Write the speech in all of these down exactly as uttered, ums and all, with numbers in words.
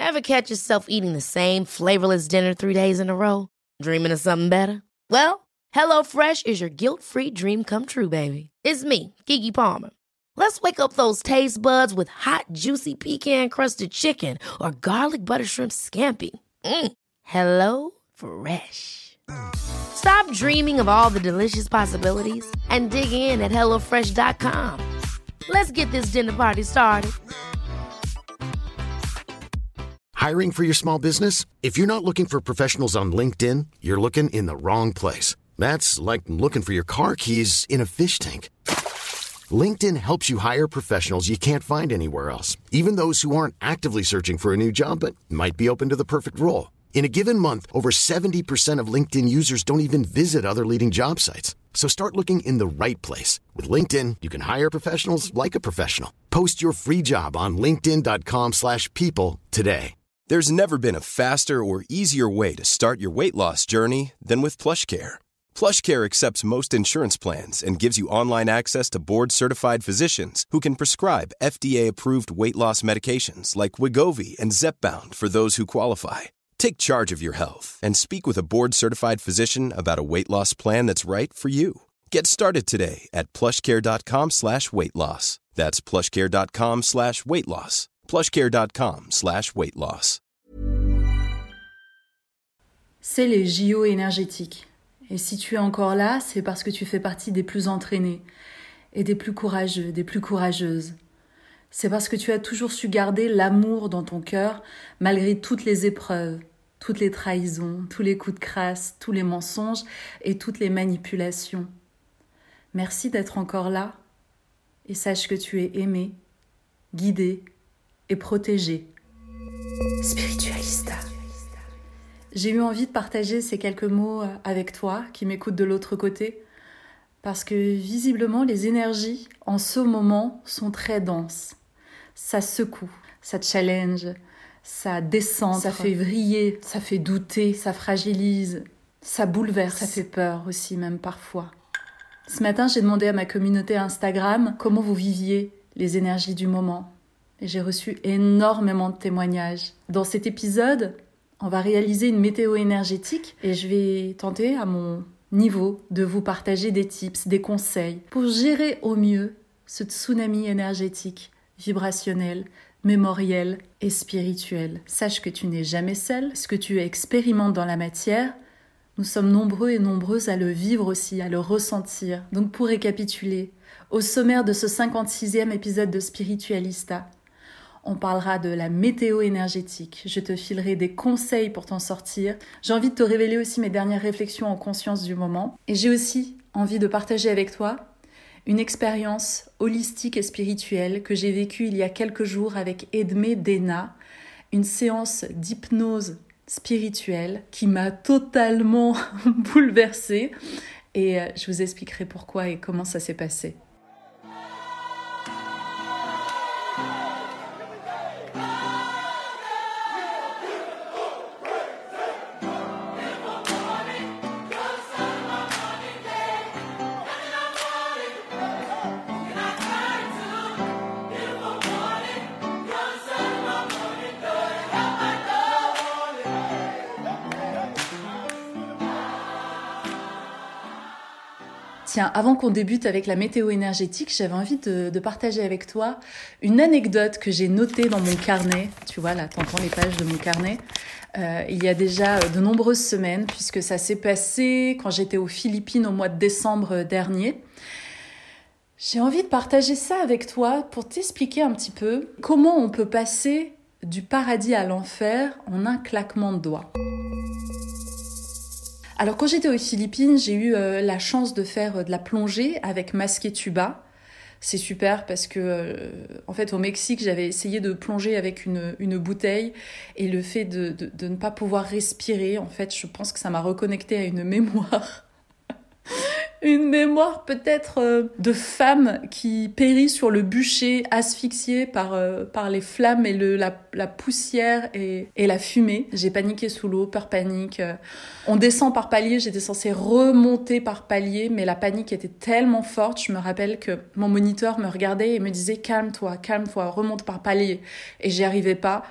Ever catch yourself eating the same flavorless dinner three days in a row? Dreaming of something better? Well, HelloFresh is your guilt-free dream come true, baby. It's me, Keke Palmer. Let's wake up those taste buds with hot, juicy pecan-crusted chicken or garlic butter shrimp scampi. Mm. Hello Fresh. Stop dreaming of all the delicious possibilities and dig in at hello fresh dot com. Let's get this dinner party started. Hiring for your small business? If you're not looking for professionals on LinkedIn, you're looking in the wrong place. That's like looking for your car keys in a fish tank. LinkedIn helps you hire professionals you can't find anywhere else, even those who aren't actively searching for a new job but might be open to the perfect role. In a given month, over seventy percent of LinkedIn users don't even visit other leading job sites. So start looking in the right place. With LinkedIn, you can hire professionals like a professional. Post your free job on linkedin dot com slash people today. There's never been a faster or easier way to start your weight loss journey than with PlushCare. PlushCare accepts most insurance plans and gives you online access to board-certified physicians who can prescribe F D A-approved weight loss medications like Wegovy and Zepbound for those who qualify. Take charge of your health and speak with a board-certified physician about a weight loss plan that's right for you. Get started today at plushcare.com slash weight loss. That's plushcare.com slash weight loss. plushcare.com slash weight loss. C'est les J O énergétiques. Et si tu es encore là, c'est parce que tu fais partie des plus entraînés et des plus courageux, des plus courageuses. C'est parce que tu as toujours su garder l'amour dans ton cœur malgré toutes les épreuves, toutes les trahisons, tous les coups de crasse, tous les mensonges et toutes les manipulations. Merci d'être encore là et sache que tu es aimé, guidé et protégé. Spiritualista. J'ai eu envie de partager ces quelques mots avec toi qui m'écoutes de l'autre côté parce que visiblement les énergies en ce moment sont très denses. Ça secoue, ça challenge, ça descend, ça fait vriller, ça fait douter, ça fragilise, ça bouleverse, ça fait peur aussi même parfois. Ce matin, j'ai demandé à ma communauté Instagram comment vous viviez les énergies du moment. Et j'ai reçu énormément de témoignages. Dans cet épisode, on va réaliser une météo énergétique et je vais tenter à mon niveau de vous partager des tips, des conseils pour gérer au mieux ce tsunami énergétique, vibrationnel, mémoriel et spirituel. Sache que tu n'es jamais seul, ce que tu expérimentes dans la matière, nous sommes nombreux et nombreuses à le vivre aussi, à le ressentir. Donc pour récapituler, au sommaire de ce cinquante-sixième épisode de Spiritualista, on parlera de la météo énergétique. Je te filerai des conseils pour t'en sortir. J'ai envie de te révéler aussi mes dernières réflexions en conscience du moment. Et j'ai aussi envie de partager avec toi une expérience holistique et spirituelle que j'ai vécue il y a quelques jours avec Edmé Dena, une séance d'hypnose spirituelle qui m'a totalement bouleversée. Et je vous expliquerai pourquoi et comment ça s'est passé. Tiens, avant qu'on débute avec la météo énergétique, j'avais envie de, de partager avec toi une anecdote que j'ai notée dans mon carnet. Tu vois, là, t'entends les pages de mon carnet. Euh, il y a déjà de nombreuses semaines, puisque ça s'est passé quand j'étais aux Philippines au mois de décembre dernier. J'ai envie de partager ça avec toi pour t'expliquer un petit peu comment on peut passer du paradis à l'enfer en un claquement de doigts. Alors quand j'étais aux Philippines, j'ai eu euh, la chance de faire euh, de la plongée avec masque et tuba. C'est super parce que, euh, en fait, au Mexique, j'avais essayé de plonger avec une, une bouteille et le fait de, de, de ne pas pouvoir respirer, en fait, je pense que ça m'a reconnecté à une mémoire. Une mémoire peut-être euh, de femme qui périt sur le bûcher, asphyxiée par, euh, par les flammes et le, la, la poussière et, et la fumée. J'ai paniqué sous l'eau, peur panique. Euh, on descend par palier, j'étais censée remonter par palier, mais la panique était tellement forte. Je me rappelle que mon moniteur me regardait et me disait « Calme-toi, calme-toi, remonte par palier ». Et j'y arrivais pas.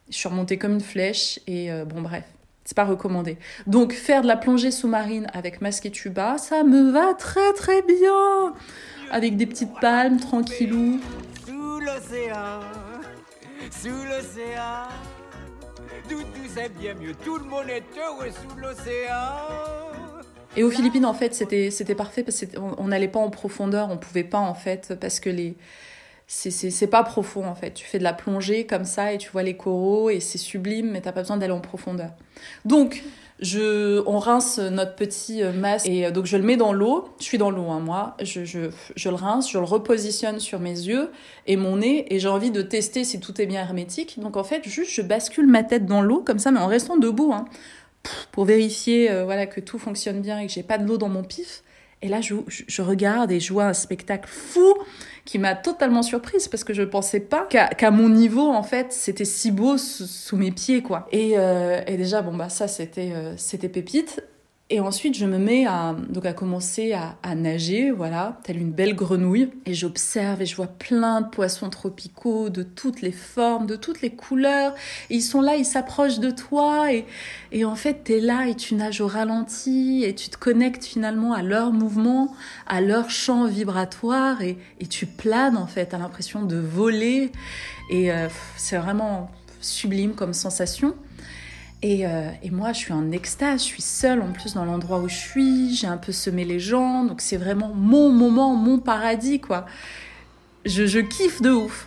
Je suis remontée comme une flèche et euh, bon bref, c'est pas recommandé. Donc faire de la plongée sous-marine avec masque et tuba, ça me va très très bien. Avec des petites palmes, tranquillou. Sous l'océan, sous l'océan, tout, tout c'est bien mieux, tout le monde est heureux sous l'océan. Et aux Philippines, en fait, c'était, c'était parfait parce qu'on n'allait pas en profondeur, on pouvait pas, en fait, parce que les... c'est, c'est, c'est pas profond, en fait. Tu fais de la plongée comme ça et tu vois les coraux et c'est sublime, mais t'as pas besoin d'aller en profondeur. Donc, je, on rince notre petit masque et donc je le mets dans l'eau. Je suis dans l'eau, hein, moi. Je, je, je le rince, je le repositionne sur mes yeux et mon nez et j'ai envie de tester si tout est bien hermétique. Donc, en fait, juste, je bascule ma tête dans l'eau comme ça, mais en restant debout, hein. Pour vérifier euh, voilà, que tout fonctionne bien et que j'ai pas de l'eau dans mon pif. Et là, je, je, je regarde et je vois un spectacle fou qui m'a totalement surprise parce que je pensais pas qu'à, qu'à mon niveau, en fait, c'était si beau sous, sous mes pieds, quoi. Et, euh, et déjà, bon, bah, ça, c'était, euh, c'était pépite. Et ensuite, je me mets à, donc à commencer à, à nager, voilà, telle une belle grenouille. Et j'observe et je vois plein de poissons tropicaux, de toutes les formes, de toutes les couleurs. Et ils sont là, ils s'approchent de toi. Et, et en fait, t'es là et tu nages au ralenti. Et tu te connectes finalement à leur mouvement, à leur champ vibratoire. Et, et tu planes, en fait. T'as l'impression de voler. Et euh, c'est vraiment sublime comme sensation. Et, euh, et moi, je suis en extase, je suis seule en plus dans l'endroit où je suis, j'ai un peu semé les gens, donc c'est vraiment mon moment, mon paradis, quoi. Je, je kiffe de ouf.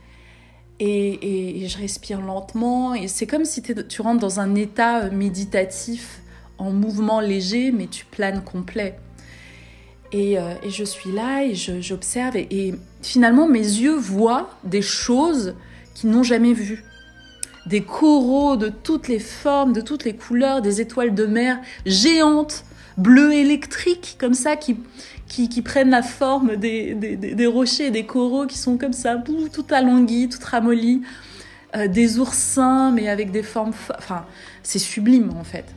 Et, et, et je respire lentement, et c'est comme si tu rentres dans un état méditatif, en mouvement léger, mais tu planes complet. Et, euh, et je suis là, et je, j'observe, et, et finalement, mes yeux voient des choses qu'ils n'ont jamais vues. Des coraux de toutes les formes, de toutes les couleurs, des étoiles de mer géantes, bleues électriques, comme ça, qui, qui, qui prennent la forme des, des, des rochers et des coraux qui sont comme ça, tout alanguis, tout ramollis. Euh, des oursins, mais avec des formes... Enfin, c'est sublime, en fait.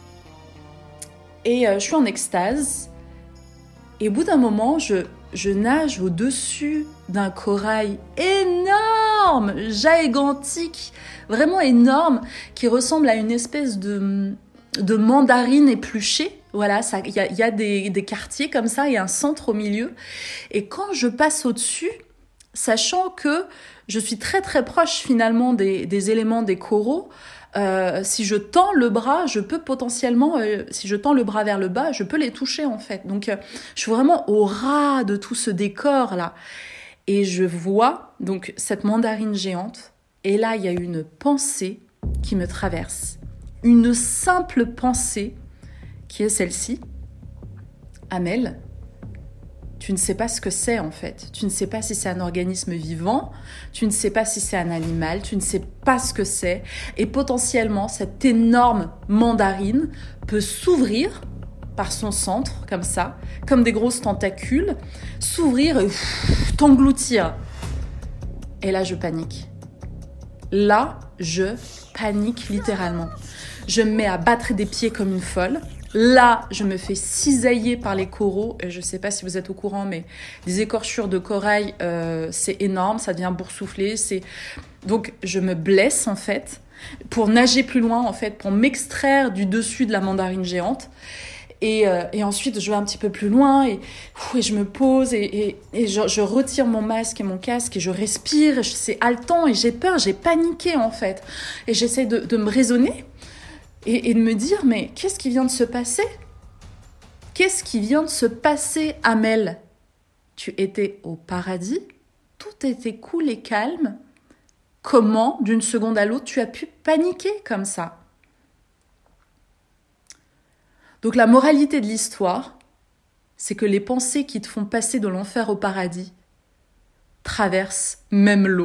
Et euh, je suis en extase. Et au bout d'un moment, je, je nage au-dessus d'un corail énorme, gigantique, vraiment énorme, qui ressemble à une espèce de, de mandarine épluchée. Voilà, il y a, y a des, des quartiers comme ça, il y a un centre au milieu. Et quand je passe au-dessus, sachant que je suis très très proche finalement des, des éléments des coraux, euh, si je tends le bras, je peux potentiellement, euh, si je tends le bras vers le bas, je peux les toucher en fait. Donc euh, je suis vraiment au ras de tout ce décor là. Et je vois donc cette mandarine géante. Et là, il y a une pensée qui me traverse. Une simple pensée qui est celle-ci. Amel, tu ne sais pas ce que c'est en fait. Tu ne sais pas si c'est un organisme vivant. Tu ne sais pas si c'est un animal. Tu ne sais pas ce que c'est. Et potentiellement, cette énorme mandarine peut s'ouvrir par son centre, comme ça, comme des grosses tentacules, s'ouvrir et pff, t'engloutir. Et là, je panique. Là, je panique littéralement. Je me mets à battre des pieds comme une folle. Là, je me fais cisailler par les coraux. Je ne sais pas si vous êtes au courant, mais des écorchures de corail, euh, c'est énorme, ça devient boursouflé. C'est... Donc, je me blesse, en fait, pour nager plus loin, en fait, pour m'extraire du dessus de la mandarine géante. Et, euh, et ensuite, je vais un petit peu plus loin et, et je me pose et, et, et je, je retire mon masque et mon casque et je respire. C'est haletant et j'ai peur, j'ai paniqué en fait. Et j'essaie de, de me raisonner et, et de me dire, mais qu'est-ce qui vient de se passer ? Qu'est-ce qui vient de se passer, Amel ? Tu étais au paradis, tout était cool et calme. Comment, d'une seconde à l'autre, tu as pu paniquer comme ça ? Donc la moralité de l'histoire, c'est que les pensées qui te font passer de l'enfer au paradis traversent même l'eau.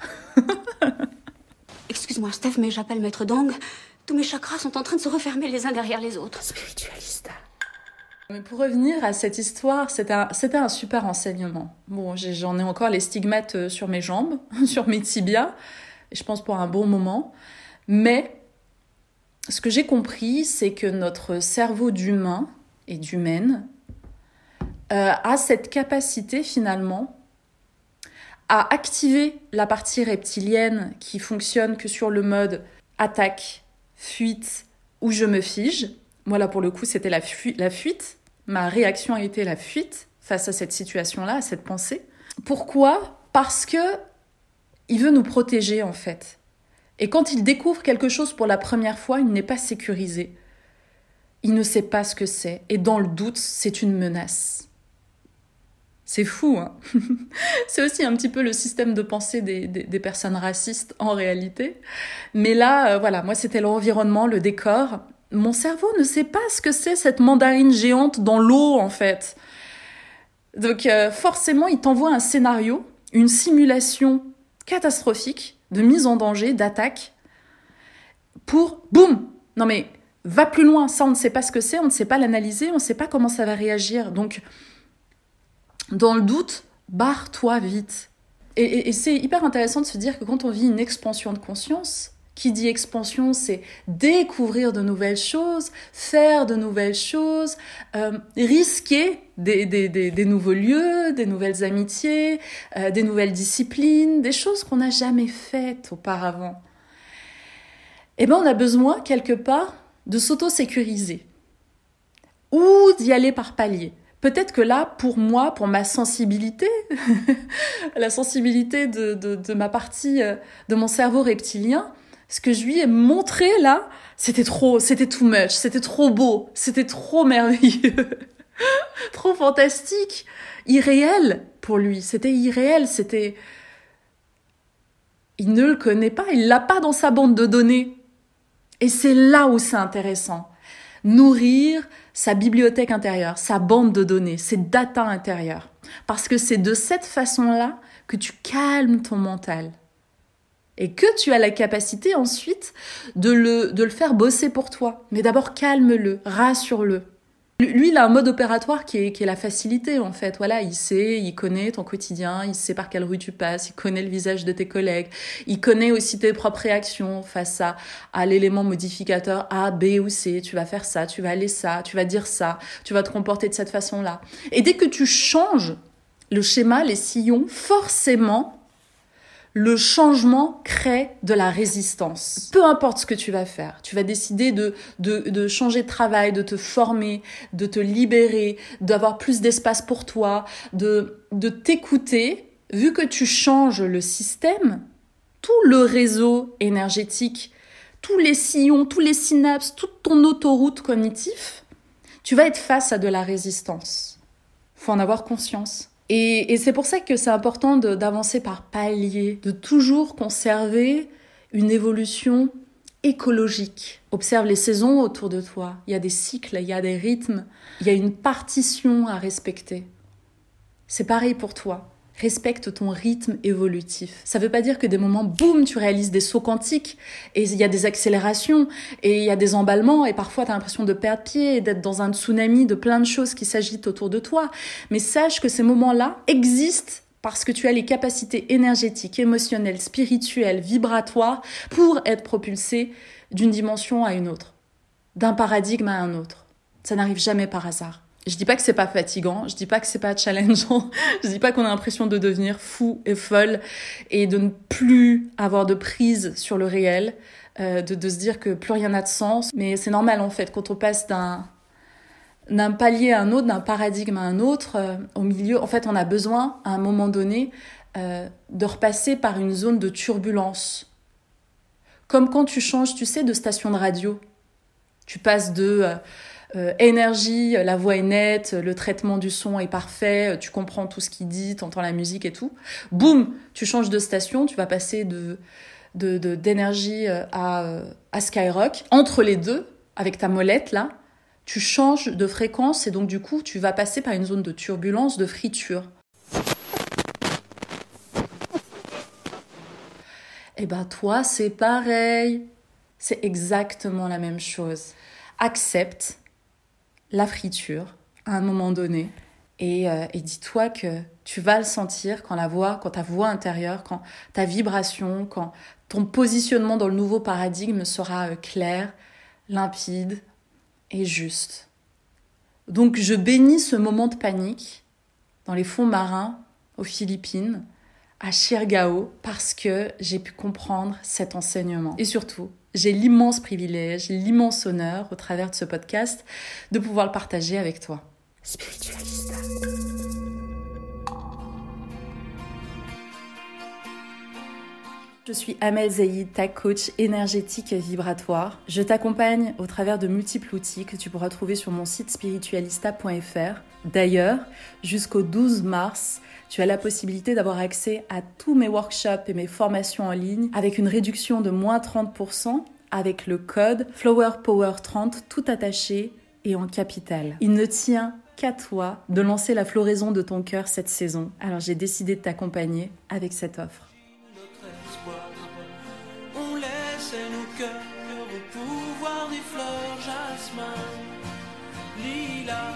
Excuse-moi Steph, mais j'appelle Maître Dong. Tous mes chakras sont en train de se refermer les uns derrière les autres. Spiritualista. Mais pour revenir à cette histoire, c'était un, c'était un super enseignement. Bon, j'ai, j'en ai encore les stigmates sur mes jambes, sur mes tibias, et je pense pour un bon moment. Mais ce que j'ai compris, c'est que notre cerveau d'humain et d'humaine euh, a cette capacité finalement à activer la partie reptilienne qui fonctionne que sur le mode attaque, fuite ou je me fige. Moi là pour le coup c'était la, fu- la fuite. Ma réaction a été la fuite face à cette situation-là, à cette pensée. Pourquoi ? Parce que il veut nous protéger en fait. Et quand il découvre quelque chose pour la première fois, il n'est pas sécurisé. Il ne sait pas ce que c'est. Et dans le doute, c'est une menace. C'est fou, hein. C'est aussi un petit peu le système de pensée des, des, des personnes racistes en réalité. Mais là, euh, voilà, moi c'était l'environnement, le décor. Mon cerveau ne sait pas ce que c'est cette mandarine géante dans l'eau en fait. Donc euh, forcément, il t'envoie un scénario, une simulation catastrophique de mise en danger, d'attaque, pour, boum, non mais, va plus loin, ça on ne sait pas ce que c'est, on ne sait pas l'analyser, on ne sait pas comment ça va réagir. Donc, dans le doute, barre-toi vite. Et, et, et c'est hyper intéressant de se dire que quand on vit une expansion de conscience, qui dit expansion, c'est découvrir de nouvelles choses, faire de nouvelles choses, euh, risquer des, des, des, des nouveaux lieux, des nouvelles amitiés, euh, des nouvelles disciplines, des choses qu'on n'a jamais faites auparavant. Eh ben, on a besoin, quelque part, de s'auto-sécuriser ou d'y aller par paliers. Peut-être que là, pour moi, pour ma sensibilité, la sensibilité de, de, de ma partie, de mon cerveau reptilien, ce que je lui ai montré là, c'était trop, c'était too much, c'était trop beau, c'était trop merveilleux, trop fantastique, irréel pour lui, c'était irréel, c'était... Il ne le connaît pas, il l'a pas dans sa bande de données. Et c'est là où c'est intéressant. Nourrir sa bibliothèque intérieure, sa bande de données, ses data intérieures. Parce que c'est de cette façon-là que tu calmes ton mental. Et que tu as la capacité ensuite de le, de le faire bosser pour toi. Mais d'abord, calme-le, rassure-le. Lui, il a un mode opératoire qui est, qui est la facilité, en fait. Voilà, il sait, il connaît ton quotidien, il sait par quelle rue tu passes, il connaît le visage de tes collègues, il connaît aussi tes propres réactions face à, à l'élément modificateur A, B ou C. Tu vas faire ça, tu vas aller ça, tu vas dire ça, tu vas te comporter de cette façon-là. Et dès que tu changes le schéma, les sillons, forcément... le changement crée de la résistance. Peu importe ce que tu vas faire, tu vas décider de, de, de changer de travail, de te former, de te libérer, d'avoir plus d'espace pour toi, de, de t'écouter. Vu que tu changes le système, tout le réseau énergétique, tous les sillons, tous les synapses, toute ton autoroute cognitive, tu vas être face à de la résistance. Faut en avoir conscience. Et, et c'est pour ça que c'est important de, d'avancer par paliers, de toujours conserver une évolution écologique. Observe les saisons autour de toi. Il y a des cycles, il y a des rythmes, il y a une partition à respecter. C'est pareil pour toi. Respecte ton rythme évolutif. Ça veut pas dire que des moments, boum, tu réalises des sauts quantiques et il y a des accélérations et il y a des emballements et parfois tu as l'impression de perdre pied et d'être dans un tsunami de plein de choses qui s'agitent autour de toi. Mais sache que ces moments-là existent parce que tu as les capacités énergétiques, émotionnelles, spirituelles, vibratoires pour être propulsé d'une dimension à une autre, d'un paradigme à un autre. Ça n'arrive jamais par hasard. Je dis pas que c'est pas fatigant, je dis pas que c'est pas challengeant, je dis pas qu'on a l'impression de devenir fou et folle et de ne plus avoir de prise sur le réel, euh, de, de se dire que plus rien n'a de sens. Mais c'est normal en fait, quand on passe d'un, d'un palier à un autre, d'un paradigme à un autre, euh, au milieu, en fait on a besoin à un moment donné euh, de repasser par une zone de turbulence. Comme quand tu changes, tu sais, de station de radio. Tu passes de... Euh, Euh, énergie, la voix est nette, le traitement du son est parfait, tu comprends tout ce qu'il dit, t'entends la musique et tout. Boum, tu changes de station, tu vas passer de, de, de, d'énergie à, à Skyrock. Entre les deux, avec ta molette là, tu changes de fréquence et donc du coup, tu vas passer par une zone de turbulence, de friture. Et ben toi, c'est pareil. C'est exactement la même chose. Accepte la friture à un moment donné et, euh, et dis-toi que tu vas le sentir quand la voix, quand ta voix intérieure, quand ta vibration, quand ton positionnement dans le nouveau paradigme sera euh, clair, limpide et juste. Donc je bénis ce moment de panique dans les fonds marins aux Philippines à Chirgao parce que j'ai pu comprendre cet enseignement. Et surtout, j'ai l'immense privilège, l'immense honneur au travers de ce podcast de pouvoir le partager avec toi. Spiritualista. Je suis Amel Zaïd, ta coach énergétique et vibratoire. Je t'accompagne au travers de multiples outils que tu pourras trouver sur mon site spiritualista point f r. D'ailleurs, jusqu'au douze mars, tu as la possibilité d'avoir accès à tous mes workshops et mes formations en ligne avec une réduction de moins trente pour cent avec le code Flower Power trente, tout attaché et en capital. Il ne tient qu'à toi de lancer la floraison de ton cœur cette saison. Alors j'ai décidé de t'accompagner avec cette offre. On laissait nos cœurs au pouvoir des fleurs jasmin, lilas.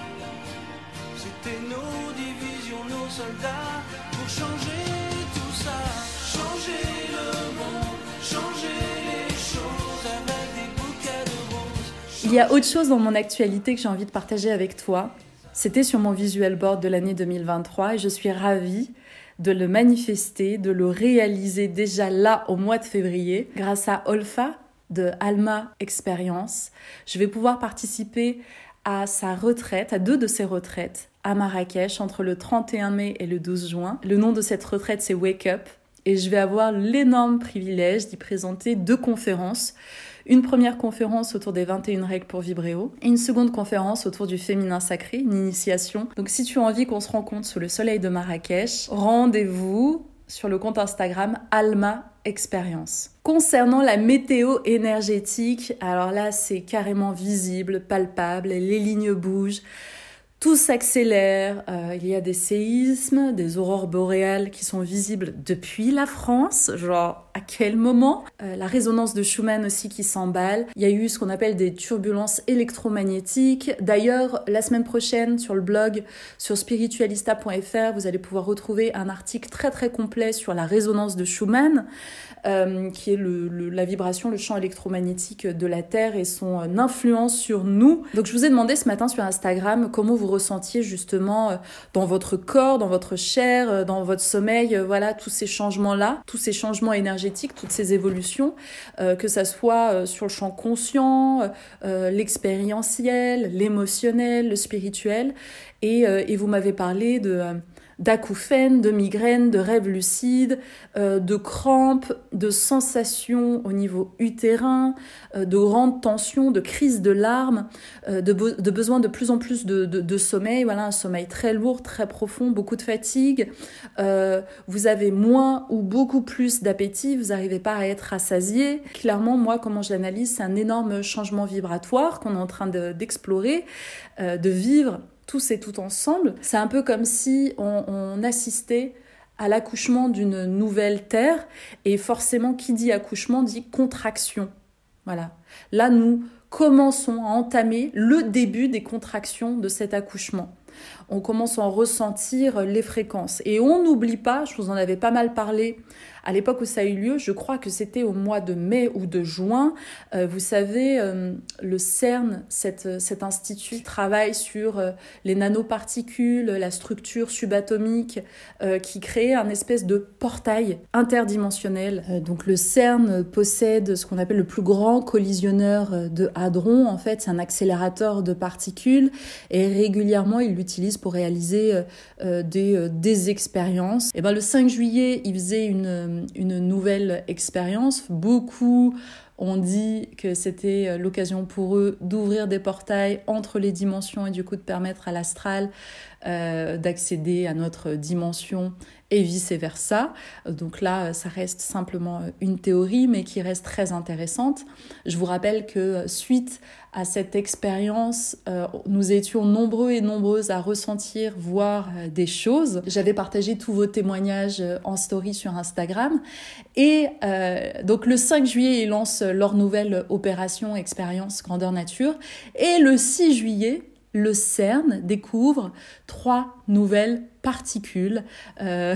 C'était nos divisions, nos soldats, pour changer tout ça, changer le monde, changer les choses avec des bouquets de roses. Il y a autre chose dans mon actualité que j'ai envie de partager avec toi. C'était sur mon visual board de l'année deux mille vingt-trois et je suis ravie de le manifester, de le réaliser déjà là au mois de février. Grâce à Olfa de Alma Expérience, je vais pouvoir participer à sa retraite, à deux de ses retraites à Marrakech entre le trente et un mai et le douze juin. Le nom de cette retraite, c'est Wake Up et je vais avoir l'énorme privilège d'y présenter deux conférences. Une première conférence autour des vingt et une règles pour vibrer haut et une seconde conférence autour du féminin sacré, une initiation. Donc si tu as envie qu'on se rencontre sous le soleil de Marrakech, rendez-vous sur le compte Instagram Alma Expérience. Concernant la météo énergétique, alors là c'est carrément visible, palpable, les lignes bougent. Tout s'accélère, euh, il y a des séismes, des aurores boréales qui sont visibles depuis la France, genre à quel moment euh, La résonance de Schumann aussi qui s'emballe. Il y a eu ce qu'on appelle des turbulences électromagnétiques. D'ailleurs, la semaine prochaine, sur le blog, sur spiritualista point f r, vous allez pouvoir retrouver un article très très complet sur la résonance de Schumann, euh, qui est le, le, la vibration, le champ électromagnétique de la Terre et son euh, influence sur nous. Donc je vous ai demandé ce matin sur Instagram comment vous ressentiez justement dans votre corps, dans votre chair, dans votre sommeil, voilà, tous ces changements-là, tous ces changements énergétiques, toutes ces évolutions, euh, que ça soit sur le champ conscient, euh, l'expérientiel, l'émotionnel, le spirituel. Et, euh, et vous m'avez parlé de... Euh, d'acouphènes, de migraines, de rêves lucides, euh, de crampes, de sensations au niveau utérin, euh, de grandes tensions, de crises de larmes, euh, de, be- de besoin de plus en plus de, de, de sommeil, voilà, un sommeil très lourd, très profond, beaucoup de fatigue. Euh, vous avez moins ou beaucoup plus d'appétit, vous n'arrivez pas à être rassasié. Clairement, moi, comment je l'analyse, c'est un énorme changement vibratoire qu'on est en train de, d'explorer, euh, de vivre tous et tout ensemble. C'est un peu comme si on, on assistait à l'accouchement d'une nouvelle terre et forcément qui dit accouchement dit contraction. Voilà. Là, nous commençons à entamer le début des contractions de cet accouchement. On commence à en ressentir les fréquences. Et on n'oublie pas, je vous en avais pas mal parlé à l'époque où ça a eu lieu, je crois que c'était au mois de mai ou de juin. Euh, vous savez, euh, le CERN, cette, cet institut qui travaille sur euh, les nanoparticules, la structure subatomique, euh, qui crée un espèce de portail interdimensionnel. Euh, donc le CERN possède ce qu'on appelle le plus grand collisionneur de hadrons. En fait, c'est un accélérateur de particules et régulièrement, il l'utilise pour réaliser euh, des, euh, des expériences. Et ben, le cinq juillet, il faisait une une nouvelle expérience. Beaucoup ont dit que c'était l'occasion pour eux d'ouvrir des portails entre les dimensions et du coup de permettre à l'astral euh, d'accéder à notre dimension et vice-versa. Donc là, ça reste simplement une théorie, mais qui reste très intéressante. Je vous rappelle que suite à cette expérience, euh, nous étions nombreux et nombreuses à ressentir, voir euh, des choses. J'avais partagé tous vos témoignages en story sur Instagram. Et euh, donc le cinq juillet, ils lancent leur nouvelle opération Expérience Grandeur Nature. Et le six juillet, le CERN découvre trois nouvelles particules. Euh,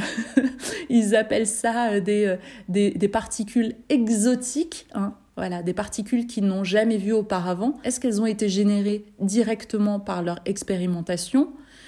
ils appellent ça des, des, des particules exotiques, hein. Voilà, des particules qu'ils n'ont jamais vues auparavant. Est-ce qu'elles ont été générées directement par leur expérimentation ?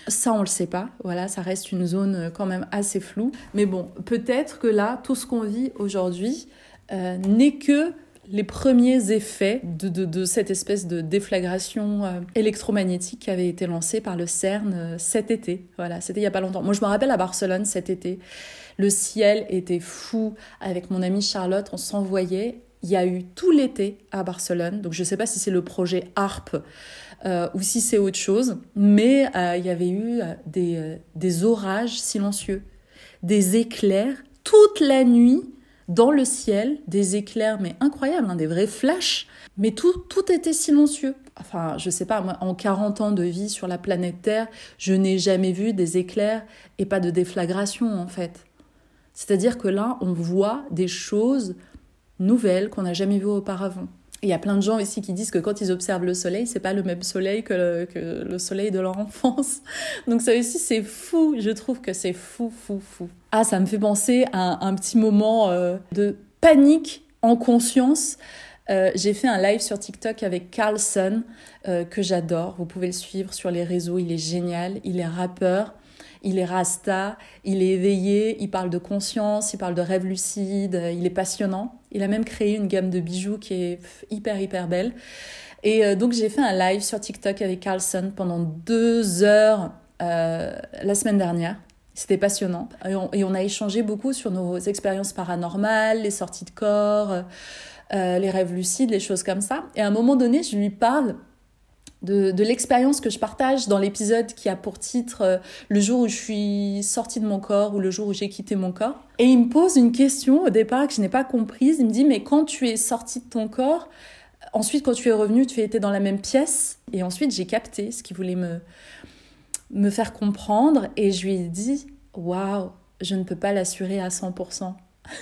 Ça, on le sait pas. Voilà, ça reste une zone quand même assez floue. Mais bon, peut-être que là, tout ce qu'on vit aujourd'hui euh, n'est que les premiers effets de, de, de cette espèce de déflagration euh, électromagnétique qui avait été lancée par le CERN euh, cet été. Voilà, c'était il y a pas longtemps. Moi, je me rappelle à Barcelone cet été, le ciel était fou. Avec mon amie Charlotte, on s'envoyait. Il y a eu tout l'été à Barcelone, donc je ne sais pas si c'est le projet HARP euh, ou si c'est autre chose, mais euh, il y avait eu euh, des, euh, des orages silencieux, des éclairs toute la nuit. Dans le ciel, des éclairs, mais incroyables, hein, des vrais flashs, mais tout, tout était silencieux. Enfin, je sais pas, moi, en quarante ans de vie sur la planète Terre, je n'ai jamais vu des éclairs et pas de déflagration, en fait. C'est-à-dire que là, on voit des choses nouvelles qu'on n'a jamais vues auparavant. Il y a plein de gens ici qui disent que quand ils observent le soleil, c'est pas le même soleil que le, que le soleil de leur enfance. Donc ça aussi, c'est fou. Je trouve que c'est fou, fou, fou. Ah, ça me fait penser à un, un petit moment euh, de panique en conscience. Euh, j'ai fait un live sur TikTok avec Carlson, euh, que j'adore. Vous pouvez le suivre sur les réseaux. Il est génial. Il est rappeur. Il est rasta, il est éveillé, il parle de conscience, il parle de rêve lucide, il est passionnant. Il a même créé une gamme de bijoux qui est hyper, hyper belle. Et euh, donc, j'ai fait un live sur TikTok avec Carlson pendant deux heures euh, la semaine dernière. C'était passionnant. Et on, et on a échangé beaucoup sur nos expériences paranormales, les sorties de corps, euh, les rêves lucides, les choses comme ça. Et à un moment donné, je lui parle De, de l'expérience que je partage dans l'épisode qui a pour titre euh, « Le jour où je suis sortie de mon corps » ou « Le jour où j'ai quitté mon corps ». Et il me pose une question au départ que je n'ai pas comprise. Il me dit « Mais quand tu es sortie de ton corps, ensuite quand tu es revenue, tu étais dans la même pièce ?» Et ensuite j'ai capté ce qu'il voulait me, me faire comprendre et je lui ai dit « Waouh, je ne peux pas l'assurer à cent pour cent ».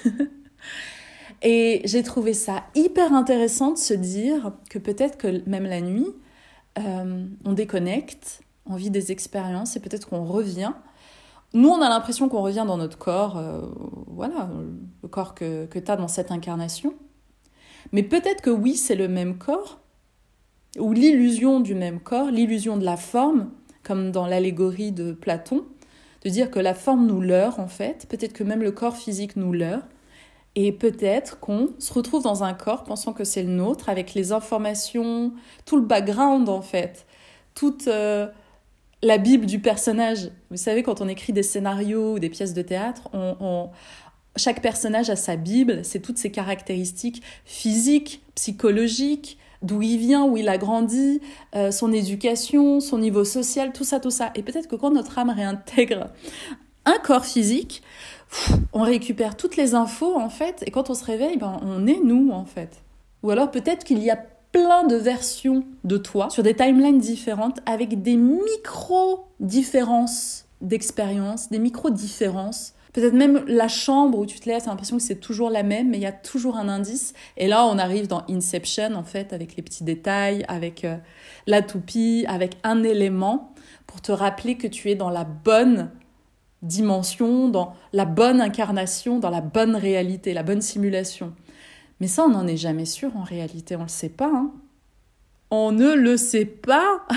Et j'ai trouvé ça hyper intéressant de se dire que peut-être que même la nuit, Euh, on déconnecte, on vit des expériences et peut-être qu'on revient. Nous, on a l'impression qu'on revient dans notre corps, euh, voilà, le corps que, que tu as dans cette incarnation. Mais peut-être que oui, c'est le même corps, ou l'illusion du même corps, l'illusion de la forme, comme dans l'allégorie de Platon, de dire que la forme nous leurre en fait, peut-être que même le corps physique nous leurre, et peut-être qu'on se retrouve dans un corps pensant que c'est le nôtre, avec les informations, tout le background en fait, toute euh, la Bible du personnage. Vous savez, quand on écrit des scénarios ou des pièces de théâtre, on, on, chaque personnage a sa Bible, c'est toutes ses caractéristiques physiques, psychologiques, d'où il vient, où il a grandi, euh, son éducation, son niveau social, tout ça, tout ça. Et peut-être que quand notre âme réintègre un corps physique, on récupère toutes les infos en fait, et quand on se réveille, ben, on est nous en fait. Ou alors peut-être qu'il y a plein de versions de toi sur des timelines différentes avec des micro-différences d'expérience, des micro-différences. Peut-être même la chambre où tu te lèves, t'as l'impression que c'est toujours la même, mais il y a toujours un indice. Et là, on arrive dans Inception en fait, avec les petits détails, avec euh, la toupie, avec un élément pour te rappeler que tu es dans la bonne dimension, dans la bonne incarnation, dans la bonne réalité, la bonne simulation. Mais ça, on n'en est jamais sûr en réalité, on ne le sait pas. Hein. On ne le sait pas.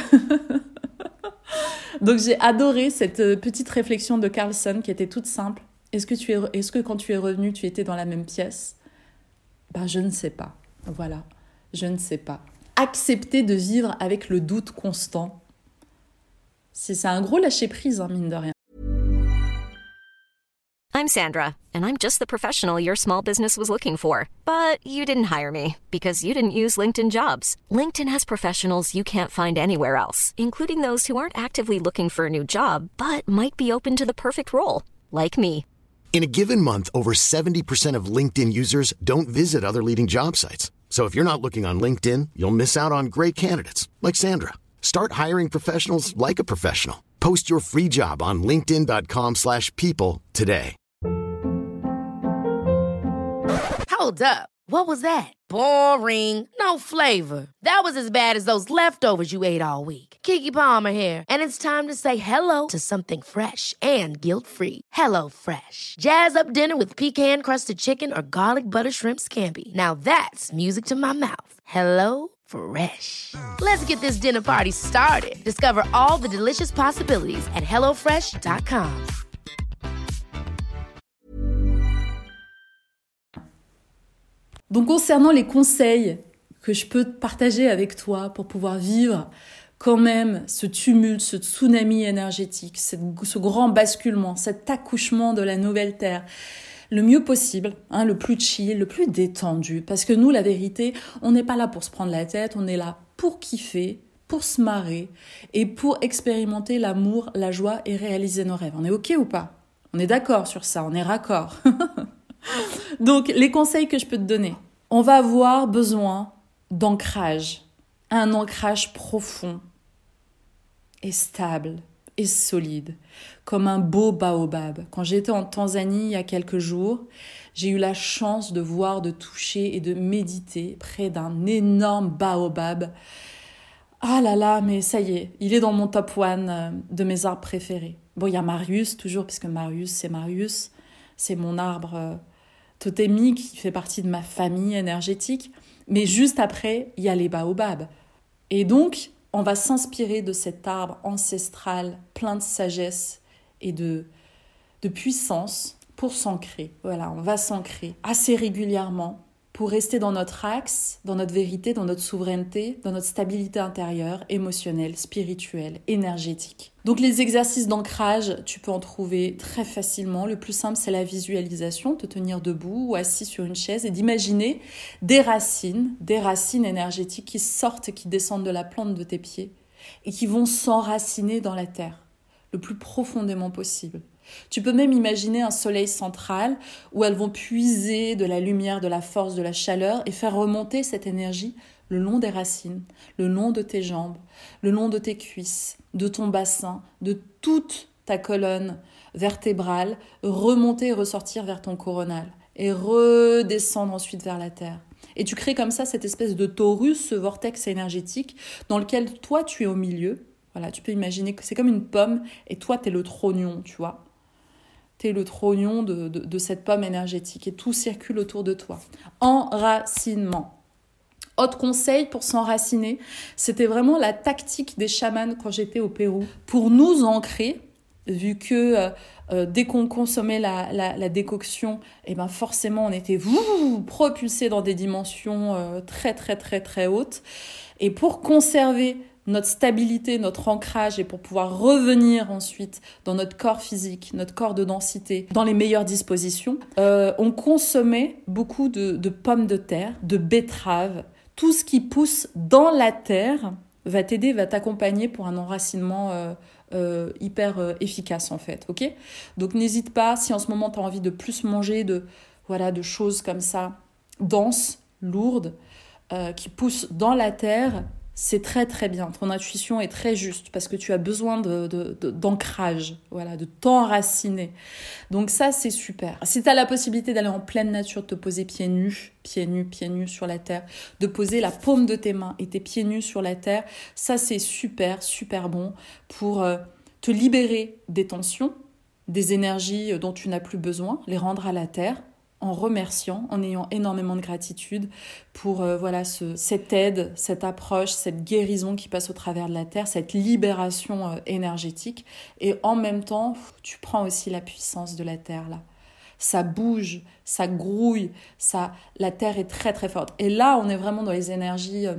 Donc j'ai adoré cette petite réflexion de Carlson qui était toute simple. Est-ce que, tu es, est-ce que quand tu es revenu, tu étais dans la même pièce ? Ben, je ne sais pas. Voilà, je ne sais pas. Accepter de vivre avec le doute constant. C'est, c'est un gros lâcher-prise, hein, mine de rien. I'm Sandra, and I'm just the professional your small business was looking for. But you didn't hire me because you didn't use LinkedIn Jobs. LinkedIn has professionals you can't find anywhere else, including those who aren't actively looking for a new job, but might be open to the perfect role, like me. In a given month, over seventy percent of LinkedIn users don't visit other leading job sites. So if you're not looking on LinkedIn, you'll miss out on great candidates, like Sandra. Start hiring professionals like a professional. Post your free job on linkedin.com slash people today. Hold up. What was that? Boring. No flavor. That was as bad as those leftovers you ate all week. Keke Palmer here, and it's time to say hello to something fresh and guilt-free. Hello Fresh. Jazz up dinner with pecan-crusted chicken or garlic butter shrimp scampi. Now that's music to my mouth. Hello Fresh. Let's get this dinner party started. Discover all the delicious possibilities at hello fresh dot com. Donc concernant les conseils que je peux partager avec toi pour pouvoir vivre quand même ce tumulte, ce tsunami énergétique, cette, ce grand basculement, cet accouchement de la nouvelle Terre, le mieux possible, hein, le plus chill, le plus détendu. Parce que nous, la vérité, on n'est pas là pour se prendre la tête, on est là pour kiffer, pour se marrer et pour expérimenter l'amour, la joie et réaliser nos rêves. On est OK ou pas ? On est d'accord sur ça, on est raccord. Donc, les conseils que je peux te donner. On va avoir besoin d'ancrage, un ancrage profond et stable et solide, comme un beau baobab. Quand j'étais en Tanzanie il y a quelques jours, j'ai eu la chance de voir, de toucher et de méditer près d'un énorme baobab. Ah là là, mais ça y est, il est dans mon top one de mes arbres préférés. Bon, il y a Marius, toujours, puisque Marius, c'est Marius, c'est mon arbre totémique, qui fait partie de ma famille énergétique. Mais juste après, il y a les baobabs. Et donc, on va s'inspirer de cet arbre ancestral, plein de sagesse et de, de puissance pour s'ancrer. Voilà, on va s'ancrer assez régulièrement pour rester dans notre axe, dans notre vérité, dans notre souveraineté, dans notre stabilité intérieure, émotionnelle, spirituelle, énergétique. Donc les exercices d'ancrage, tu peux en trouver très facilement. Le plus simple, c'est la visualisation, te tenir debout ou assis sur une chaise et d'imaginer des racines, des racines énergétiques qui sortent et qui descendent de la plante de tes pieds et qui vont s'enraciner dans la terre le plus profondément possible. Tu peux même imaginer un soleil central où elles vont puiser de la lumière, de la force, de la chaleur et faire remonter cette énergie le long des racines, le long de tes jambes, le long de tes cuisses, de ton bassin, de toute ta colonne vertébrale, remonter et ressortir vers ton coronal et redescendre ensuite vers la terre. Et tu crées comme ça cette espèce de torus, ce vortex énergétique dans lequel toi tu es au milieu. Voilà, tu peux imaginer que c'est comme une pomme et toi tu es le trognon, tu vois. T'es le trognon de, de, de cette pomme énergétique et tout circule autour de toi. Enracinement. Autre conseil pour s'enraciner, c'était vraiment la tactique des chamans quand j'étais au Pérou. Pour nous ancrer, vu que euh, dès qu'on consommait la, la, la décoction, eh ben forcément on était vous, propulsé dans des dimensions euh, très très très très hautes. Et pour conserver notre stabilité, notre ancrage et pour pouvoir revenir ensuite dans notre corps physique, notre corps de densité, dans les meilleures dispositions, euh, on consommait beaucoup de, de pommes de terre, de betteraves. Tout ce qui pousse dans la terre va t'aider, va t'accompagner pour un enracinement euh, euh, hyper euh, efficace en fait. Ok ? Donc n'hésite pas, si en ce moment tu as envie de plus manger de, voilà, de choses comme ça, denses, lourdes, euh, qui poussent dans la terre, c'est très très bien, ton intuition est très juste parce que tu as besoin de, de, de, d'ancrage, voilà, de t'enraciner. Donc ça, c'est super. Si tu as la possibilité d'aller en pleine nature, de te poser pieds nus, pieds nus, pieds nus sur la terre, de poser la paume de tes mains et tes pieds nus sur la terre, ça c'est super, super bon pour euh, te libérer des tensions, des énergies dont tu n'as plus besoin, les rendre à la terre, en remerciant, en ayant énormément de gratitude pour euh, voilà ce, cette aide, cette approche, cette guérison qui passe au travers de la terre, cette libération euh, énergétique. Et en même temps, tu prends aussi la puissance de la terre là. Ça bouge, ça grouille, ça, la terre est très très forte. Et là, on est vraiment dans les énergies euh,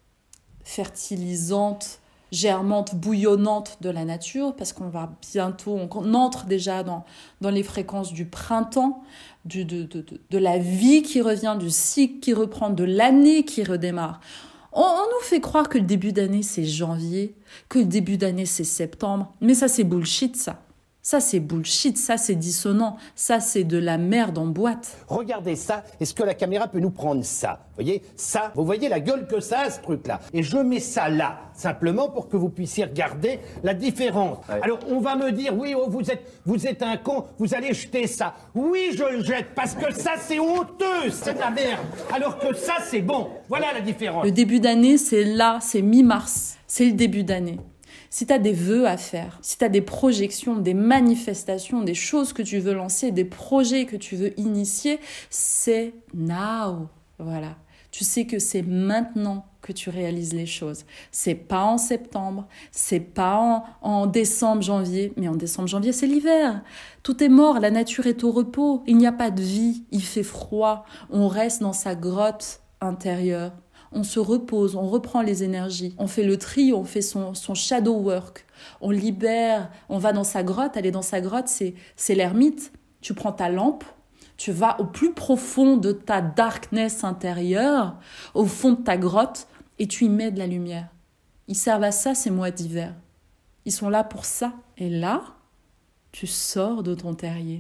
fertilisantes, germante, bouillonnante de la nature, parce qu'on va bientôt, on entre déjà dans, dans les fréquences du printemps, du, de, de, de, de la vie qui revient, du cycle qui reprend, de l'année qui redémarre. On, on nous fait croire que le début d'année, c'est janvier, que le début d'année, c'est septembre, mais ça, c'est bullshit, ça. Ça, c'est bullshit, ça, c'est dissonant, ça, c'est de la merde en boîte. Regardez ça, est-ce que la caméra peut nous prendre ça? Vous voyez, ça, vous voyez la gueule que ça a, ce truc-là. Et je mets ça là, simplement pour que vous puissiez regarder la différence. Ouais. Alors, on va me dire, oui, oh, vous êtes, vous êtes un con, vous allez jeter ça. Oui, je le jette, parce que ça, c'est honteux, c'est de la merde. Alors que ça, c'est bon. Voilà la différence. Le début d'année, c'est là, c'est mi-mars. C'est le début d'année. Si tu as des vœux à faire, si tu as des projections, des manifestations, des choses que tu veux lancer, des projets que tu veux initier, c'est now. Voilà. Tu sais que c'est maintenant que tu réalises les choses. C'est pas en septembre, c'est pas en, en décembre, janvier, mais en décembre, janvier, c'est l'hiver. Tout est mort, la nature est au repos, il n'y a pas de vie, il fait froid, on reste dans sa grotte intérieure. On se repose, on reprend les énergies, on fait le tri, on fait son, son shadow work, on libère, on va dans sa grotte, aller dans sa grotte, c'est, c'est l'ermite. Tu prends ta lampe, tu vas au plus profond de ta darkness intérieure, au fond de ta grotte, et tu y mets de la lumière. Ils servent à ça, ces mois d'hiver. Ils sont là pour ça. Et là, tu sors de ton terrier.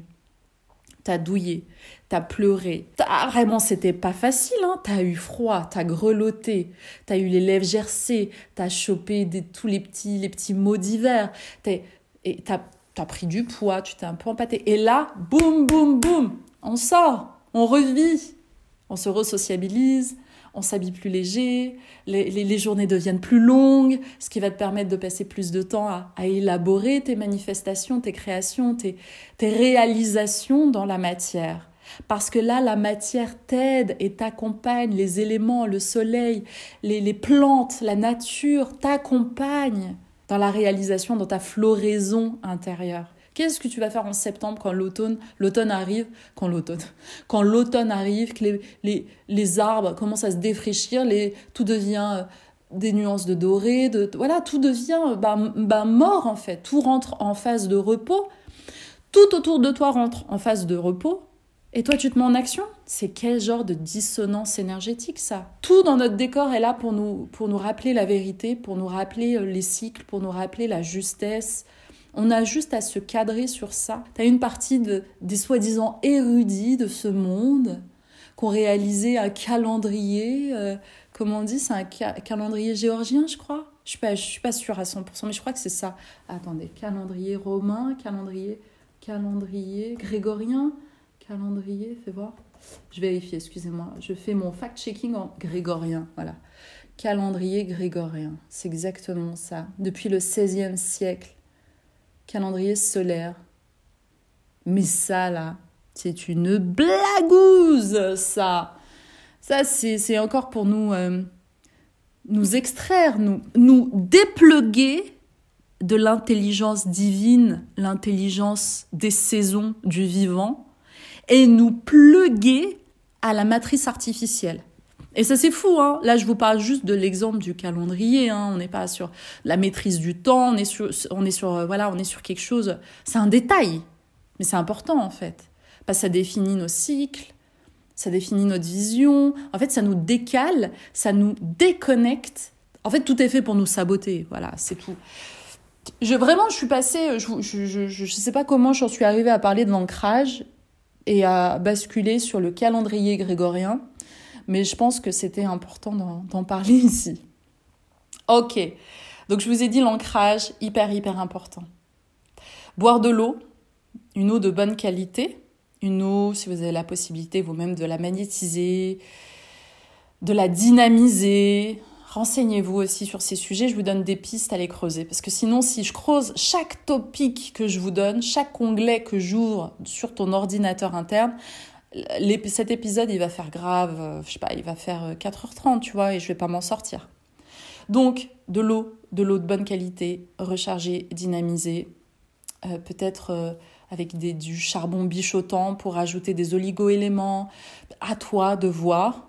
T'as douillé, t'as pleuré. T'as, vraiment, c'était pas facile, hein. T'as eu froid, t'as grelotté, t'as eu les lèvres gercées, t'as chopé des, tous les petits, les petits mots d'hiver. T'es, et t'as, t'as pris du poids, tu t'es un peu empâté. Et là, boum, boum, boum, on sort, on revit, on se resociabilise, on s'habille plus léger, les, les, les journées deviennent plus longues, ce qui va te permettre de passer plus de temps à, à élaborer tes manifestations, tes créations, tes, tes réalisations dans la matière. Parce que là, la matière t'aide et t'accompagne, les éléments, le soleil, les, les plantes, la nature t'accompagnent dans la réalisation, dans ta floraison intérieure. Qu'est-ce que tu vas faire en septembre quand l'automne, l'automne arrive, quand l'automne, quand l'automne arrive, que les, les, les arbres commencent à se défraîchir, les, tout devient des nuances de doré, de, voilà, tout devient ben, ben mort en fait, tout rentre en phase de repos, tout autour de toi rentre en phase de repos, et toi tu te mets en action. C'est quel genre de dissonance énergétique ça ? Tout dans notre décor est là pour nous, pour nous rappeler la vérité, pour nous rappeler les cycles, pour nous rappeler la justesse. On a juste à se cadrer sur ça. Tu as une partie de, des soi-disant érudits de ce monde qui ont réalisé un calendrier, euh, comment on dit, c'est un ca- calendrier géorgien, je crois. Je ne suis, suis pas sûre à cent pour cent, mais je crois que c'est ça. Attendez, calendrier romain, calendrier, calendrier grégorien, calendrier, fais voir. Je vérifie, excusez-moi. Je fais mon fact-checking en grégorien, voilà. Calendrier grégorien, c'est exactement ça. Depuis le seizième siècle. Calendrier solaire. Mais ça, là, c'est une blagouze, ça. Ça, c'est, c'est encore pour nous, euh, nous extraire, nous, nous dépluguer de l'intelligence divine, l'intelligence des saisons du vivant, et nous pluguer à la matrice artificielle. Et ça, c'est fou, hein. Là, je vous parle juste de l'exemple du calendrier, hein. On n'est pas sur la maîtrise du temps, on est sur, on est sur, euh, voilà, on est sur quelque chose. C'est un détail, mais c'est important, en fait. Parce que ça définit nos cycles, ça définit notre vision. En fait, ça nous décale, ça nous déconnecte. En fait, tout est fait pour nous saboter. Voilà, c'est tout. Je, vraiment, je suis passée, je, je, je, je sais pas comment j'en suis arrivée à parler de l'ancrage et à basculer sur le calendrier grégorien. Mais je pense que c'était important d'en, d'en parler ici. Ok, donc je vous ai dit l'ancrage, hyper, hyper important. Boire de l'eau, une eau de bonne qualité, une eau, si vous avez la possibilité vous-même de la magnétiser, de la dynamiser. Renseignez-vous aussi sur ces sujets, je vous donne des pistes à les creuser. Parce que sinon, si je creuse chaque topic que je vous donne, chaque onglet que j'ouvre sur ton ordinateur interne, cet épisode, il va faire grave, euh, je sais pas, il va faire quatre heures trente, tu vois, et je vais pas m'en sortir. Donc, de l'eau, de l'eau de bonne qualité, rechargée, dynamisée, euh, peut-être euh, avec des, du charbon bichotant pour ajouter des oligo-éléments. À toi de voir.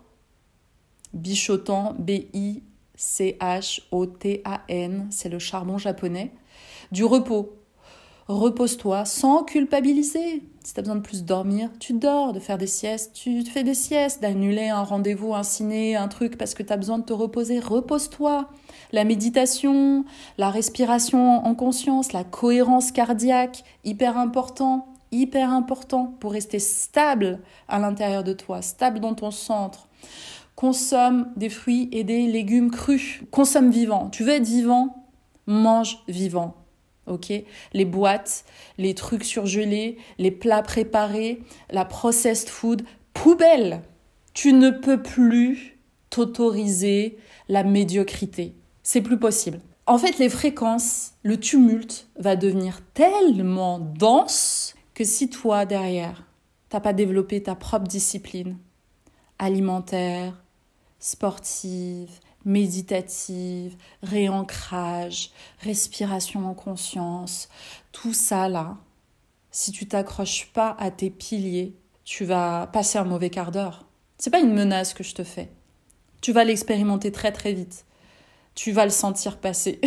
Bichotan, B I C H O T A N, c'est le charbon japonais. Du repos. Repose-toi sans culpabiliser. Si tu as besoin de plus dormir, tu dors, de faire des siestes, tu fais des siestes, d'annuler un rendez-vous, un ciné, un truc parce que tu as besoin de te reposer, repose-toi. La méditation, la respiration en conscience, la cohérence cardiaque, hyper important, hyper important pour rester stable à l'intérieur de toi, stable dans ton centre. Consomme des fruits et des légumes crus, consomme vivant. Tu veux être vivant, mange vivant. Ok, les boîtes, les trucs surgelés, les plats préparés, la processed food, poubelle. Tu ne peux plus t'autoriser la médiocrité. C'est plus possible. En fait, les fréquences, le tumulte va devenir tellement dense que si toi, derrière, t'as pas développé ta propre discipline alimentaire, sportive, méditative, réancrage, respiration en conscience, tout ça là, si tu t'accroches pas à tes piliers, tu vas passer un mauvais quart d'heure. C'est pas une menace que je te fais. Tu vas l'expérimenter très très vite. Tu vas le sentir passer.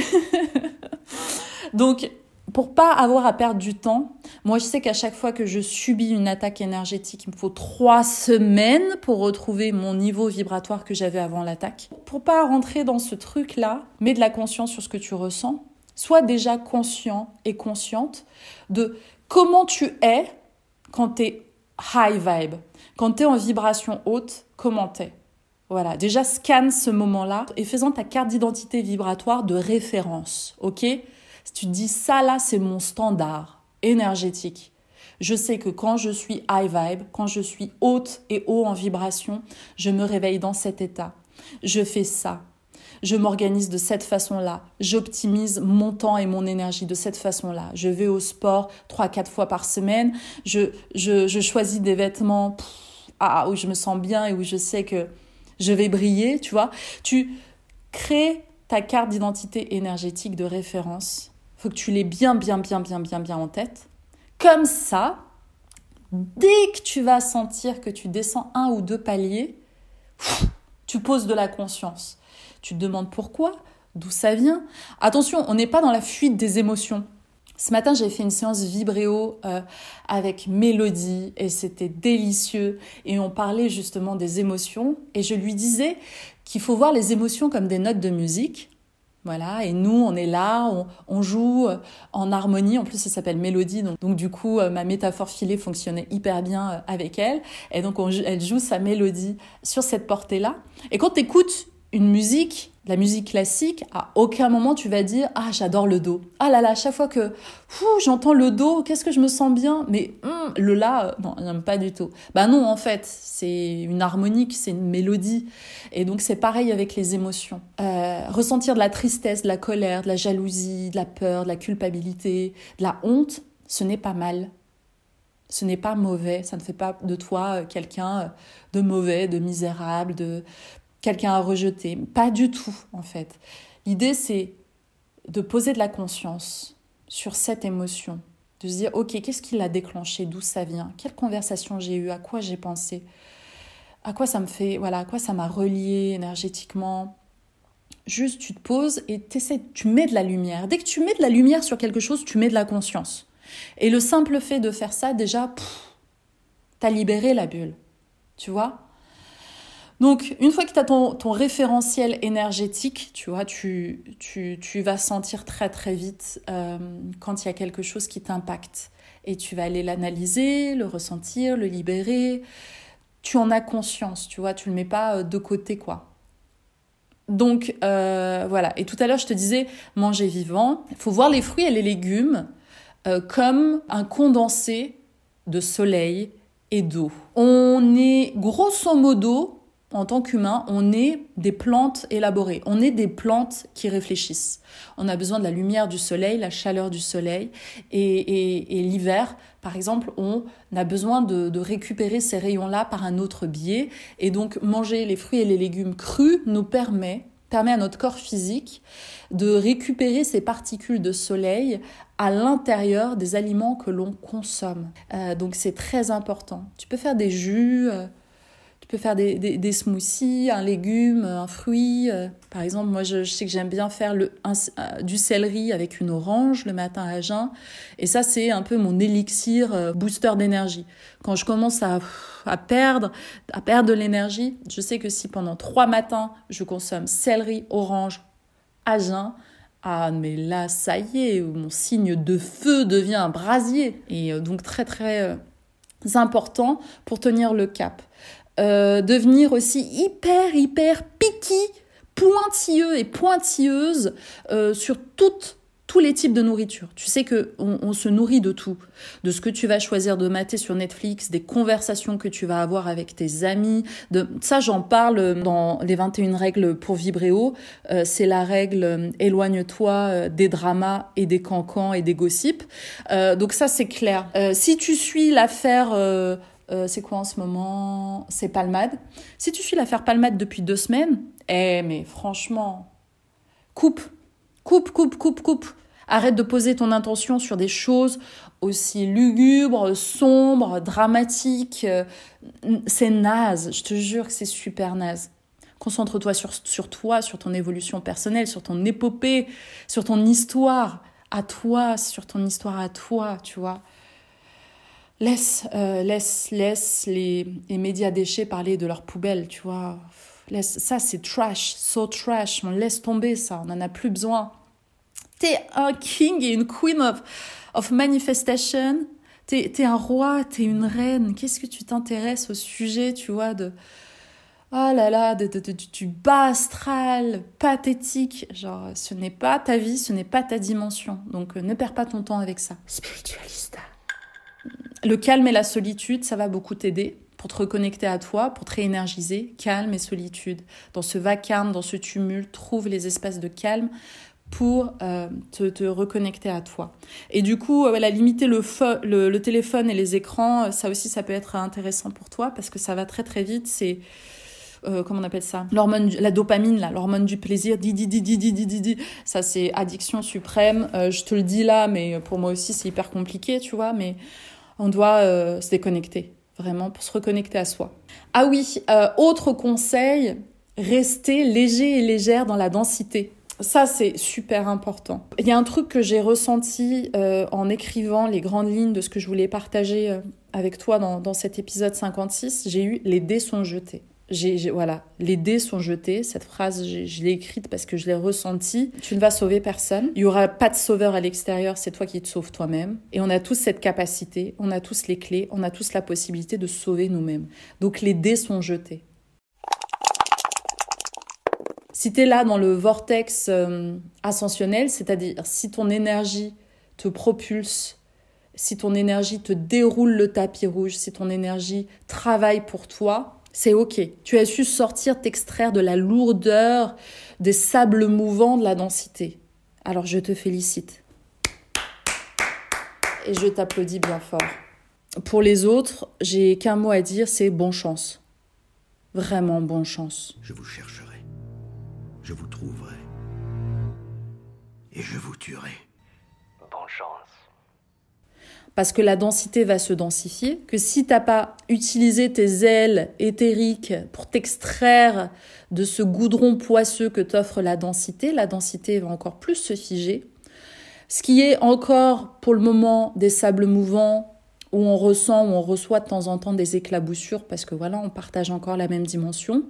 Donc, pour pas avoir à perdre du temps, moi je sais qu'à chaque fois que je subis une attaque énergétique, il me faut trois semaines pour retrouver mon niveau vibratoire que j'avais avant l'attaque. Pour pas rentrer dans ce truc-là, mets de la conscience sur ce que tu ressens. Sois déjà conscient et consciente de comment tu es quand tu es high vibe, quand tu es en vibration haute, comment t'es. Voilà, déjà scanne ce moment-là et fais-en ta carte d'identité vibratoire de référence, ok ? Si tu te dis ça là, c'est mon standard énergétique. Je sais que quand je suis high vibe, quand je suis haute et haut en vibration, je me réveille dans cet état. Je fais ça. Je m'organise de cette façon-là. J'optimise mon temps et mon énergie de cette façon-là. Je vais au sport trois à quatre fois par semaine. Je, je, je choisis des vêtements pff, ah, où je me sens bien et où je sais que je vais briller, tu vois. Tu crées ta carte d'identité énergétique de référence. Il faut que tu l'aies bien, bien, bien, bien, bien, bien en tête. Comme ça, dès que tu vas sentir que tu descends un ou deux paliers, tu poses de la conscience. Tu te demandes pourquoi, d'où ça vient. Attention, on n'est pas dans la fuite des émotions. Ce matin, j'ai fait une séance vibréo euh, avec Mélodie et c'était délicieux. Et on parlait justement des émotions. Et je lui disais qu'il faut voir les émotions comme des notes de musique. Voilà, et nous, on est là, on, on joue en harmonie. En plus, ça s'appelle Mélodie. Donc, donc du coup, ma métaphore filée fonctionnait hyper bien avec elle. Et donc, on, elle joue sa mélodie sur cette portée-là. Et quand tu écoutes une musique, la musique classique, à aucun moment tu vas dire « Ah, j'adore le do ». Ah là là, chaque fois que fou, j'entends le do, qu'est-ce que je me sens bien. Mais hum, le la, euh, non, j'aime pas du tout. Bah non, en fait, c'est une harmonique, c'est une mélodie. Et donc, c'est pareil avec les émotions. Euh, ressentir de la tristesse, de la colère, de la jalousie, de la peur, de la culpabilité, de la honte, ce n'est pas mal. Ce n'est pas mauvais. Ça ne fait pas de toi quelqu'un de mauvais, de misérable, de... quelqu'un à rejeter. Pas du tout, en fait. L'idée, c'est de poser de la conscience sur cette émotion, de se dire, ok, qu'est-ce qui l'a déclenché, d'où ça vient, quelle conversation j'ai eue, à quoi j'ai pensé, à quoi ça me fait, voilà, à quoi ça m'a relié énergétiquement. Juste, tu te poses et t'essaies, tu mets de la lumière. Dès que tu mets de la lumière sur quelque chose, tu mets de la conscience. Et le simple fait de faire ça, déjà, pff, t'as libéré la bulle, tu vois ? Donc, une fois que tu as ton, ton référentiel énergétique, tu vois, tu, tu, tu vas sentir très très vite euh, quand il y a quelque chose qui t'impacte. Et tu vas aller l'analyser, le ressentir, le libérer. Tu en as conscience, tu vois, tu le mets pas de côté, quoi. Donc, euh, voilà. Et tout à l'heure, je te disais, manger vivant. Il faut voir les fruits et les légumes euh, comme un condensé de soleil et d'eau. On est grosso modo... En tant qu'humain, on est des plantes élaborées, on est des plantes qui réfléchissent. On a besoin de la lumière du soleil, la chaleur du soleil. Et, et, et l'hiver, par exemple, on a besoin de, de récupérer ces rayons-là par un autre biais. Et donc, manger les fruits et les légumes crus nous permet, permet à notre corps physique de récupérer ces particules de soleil à l'intérieur des aliments que l'on consomme. Euh, donc, c'est très important. Tu peux faire des jus... Euh, Tu peux faire des, des, des smoothies, un légume, un fruit. Euh, par exemple, moi, je, je sais que j'aime bien faire le, un, euh, du céleri avec une orange le matin à jeun. Et ça, c'est un peu mon élixir euh, booster d'énergie. Quand je commence à, à, perdre, à perdre de l'énergie, je sais que si pendant trois matins, je consomme céleri, orange à jeun, ah, mais là, ça y est, mon signe de feu devient un brasier. Et euh, donc, très, très euh, important pour tenir le cap. Euh, devenir aussi hyper, hyper picky, pointilleux et pointilleuse euh, sur toutes, tous les types de nourriture. Tu sais qu'on on se nourrit de tout, de ce que tu vas choisir de mater sur Netflix, des conversations que tu vas avoir avec tes amis. De... Ça, j'en parle dans les vingt et une règles pour Vibréo. Euh, c'est la règle euh, éloigne-toi euh, des dramas et des cancans et des gossips. Euh, donc ça, c'est clair. Euh, si tu suis l'affaire... Euh, Euh, c'est quoi en ce moment? C'est palmade. Si tu suis l'affaire palmade depuis deux semaines, eh mais franchement, coupe, coupe, coupe, coupe, coupe. Arrête de poser ton intention sur des choses aussi lugubres, sombres, dramatiques. C'est naze, je te jure que c'est super naze. Concentre-toi sur, sur toi, sur ton évolution personnelle, sur ton épopée, sur ton histoire à toi, sur ton histoire à toi, tu vois. Laisse, euh, laisse, laisse les, les médias déchets parler de leur poubelle, tu vois. Laisse, ça, c'est trash, so trash. On laisse tomber ça, on n'en a plus besoin. T'es un king et une queen of, of manifestation. T'es, t'es un roi, t'es une reine. Qu'est-ce que tu t'intéresses au sujet, tu vois, de... Oh là là, de, de, de, du bas astral, pathétique. Genre, ce n'est pas ta vie, ce n'est pas ta dimension. Donc, euh, ne perds pas ton temps avec ça. Spiritualista. Le calme et la solitude, ça va beaucoup t'aider pour te reconnecter à toi, pour te réénergiser. Calme et solitude. Dans ce vacarme, dans ce tumulte, trouve les espaces de calme pour euh, te, te reconnecter à toi. Et du coup, euh, voilà, limiter le, fo- le, le téléphone et les écrans, ça aussi, ça peut être intéressant pour toi parce que ça va très très vite. C'est, euh, comment on appelle ça ? L'hormone, la dopamine, là, l'hormone du plaisir. Di, di, di, di, di, di, di, di. Ça, c'est addiction suprême. Euh, je te le dis là, mais pour moi aussi, c'est hyper compliqué, tu vois. Mais on doit euh, se déconnecter, vraiment, pour se reconnecter à soi. Ah oui, euh, autre conseil, rester léger et légère dans la densité. Ça, c'est super important. Il y a un truc que j'ai ressenti euh, en écrivant les grandes lignes de ce que je voulais partager euh, avec toi dans, dans cet épisode cinquante-six. J'ai eu « les dés sont jetés ». J'ai, j'ai, voilà, les dés sont jetés. Cette phrase, j'ai, je l'ai écrite parce que je l'ai ressentie. Tu ne vas sauver personne. Il n'y aura pas de sauveur à l'extérieur. C'est toi qui te sauves toi-même. Et on a tous cette capacité. On a tous les clés. On a tous la possibilité de sauver nous-mêmes. Donc, les dés sont jetés. Si tu es là dans le vortex euh, ascensionnel, c'est-à-dire si ton énergie te propulse, si ton énergie te déroule le tapis rouge, si ton énergie travaille pour toi, c'est OK. Tu as su sortir, t'extraire de la lourdeur, des sables mouvants, de la densité. Alors je te félicite. Et je t'applaudis bien fort. Pour les autres, j'ai qu'un mot à dire, c'est bonne chance. Vraiment bonne chance. Je vous chercherai. Je vous trouverai. Et je vous tuerai. Bonne chance. Parce que la densité va se densifier, que si t'as pas utilisé tes ailes éthériques pour t'extraire de ce goudron poisseux que t'offre la densité, la densité va encore plus se figer. Ce qui est encore, pour le moment, des sables mouvants, où on ressent, où on reçoit de temps en temps des éclaboussures, parce que voilà, on partage encore la même dimension.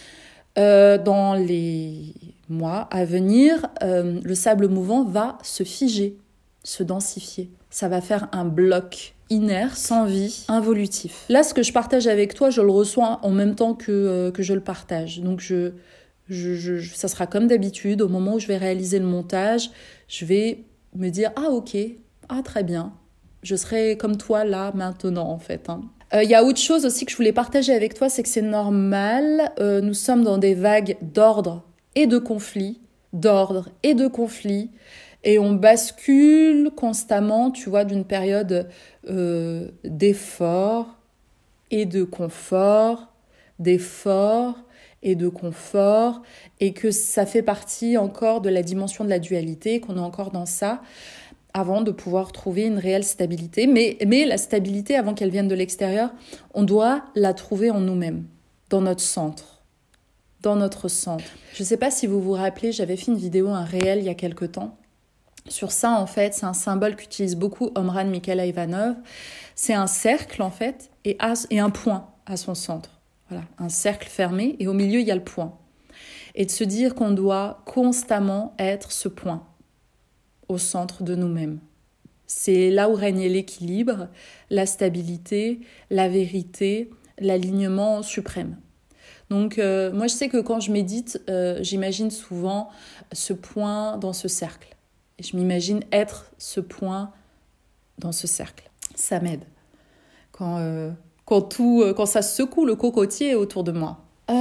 Euh, dans les mois à venir, euh, le sable mouvant va se figer, se densifier. Ça va faire un bloc inerte, sans vie, involutif. Là, ce que je partage avec toi, je le reçois en même temps que, euh, que je le partage. Donc, je, je, je, ça sera comme d'habitude. Au moment où je vais réaliser le montage, je vais me dire « Ah, ok, ah, très bien. » Je serai comme toi là, maintenant, en fait, hein. Il euh, y a autre chose aussi que je voulais partager avec toi, c'est que c'est normal. Euh, nous sommes dans des vagues d'ordre et de conflits, d'ordre et de conflits, et on bascule constamment, tu vois, d'une période euh, d'effort et de confort, d'effort et de confort, et que ça fait partie encore de la dimension de la dualité, qu'on est encore dans ça, avant de pouvoir trouver une réelle stabilité. Mais, mais la stabilité, avant qu'elle vienne de l'extérieur, on doit la trouver en nous-mêmes, dans notre centre. Dans notre centre. Je ne sais pas si vous vous rappelez, j'avais fait une vidéo, un réel, il y a quelque temps. Sur ça, en fait, c'est un symbole qu'utilise beaucoup Omran Mikhaël Ivanov. C'est un cercle, en fait, et, à, et un point à son centre. Voilà, un cercle fermé, et au milieu, il y a le point. Et de se dire qu'on doit constamment être ce point au centre de nous-mêmes. C'est là où règne l'équilibre, la stabilité, la vérité, l'alignement suprême. Donc, euh, moi, je sais que quand je médite, euh, j'imagine souvent ce point dans ce cercle. Et je m'imagine être ce point dans ce cercle. Ça m'aide. Quand, euh, quand, tout, quand ça secoue le cocotier autour de moi. Euh,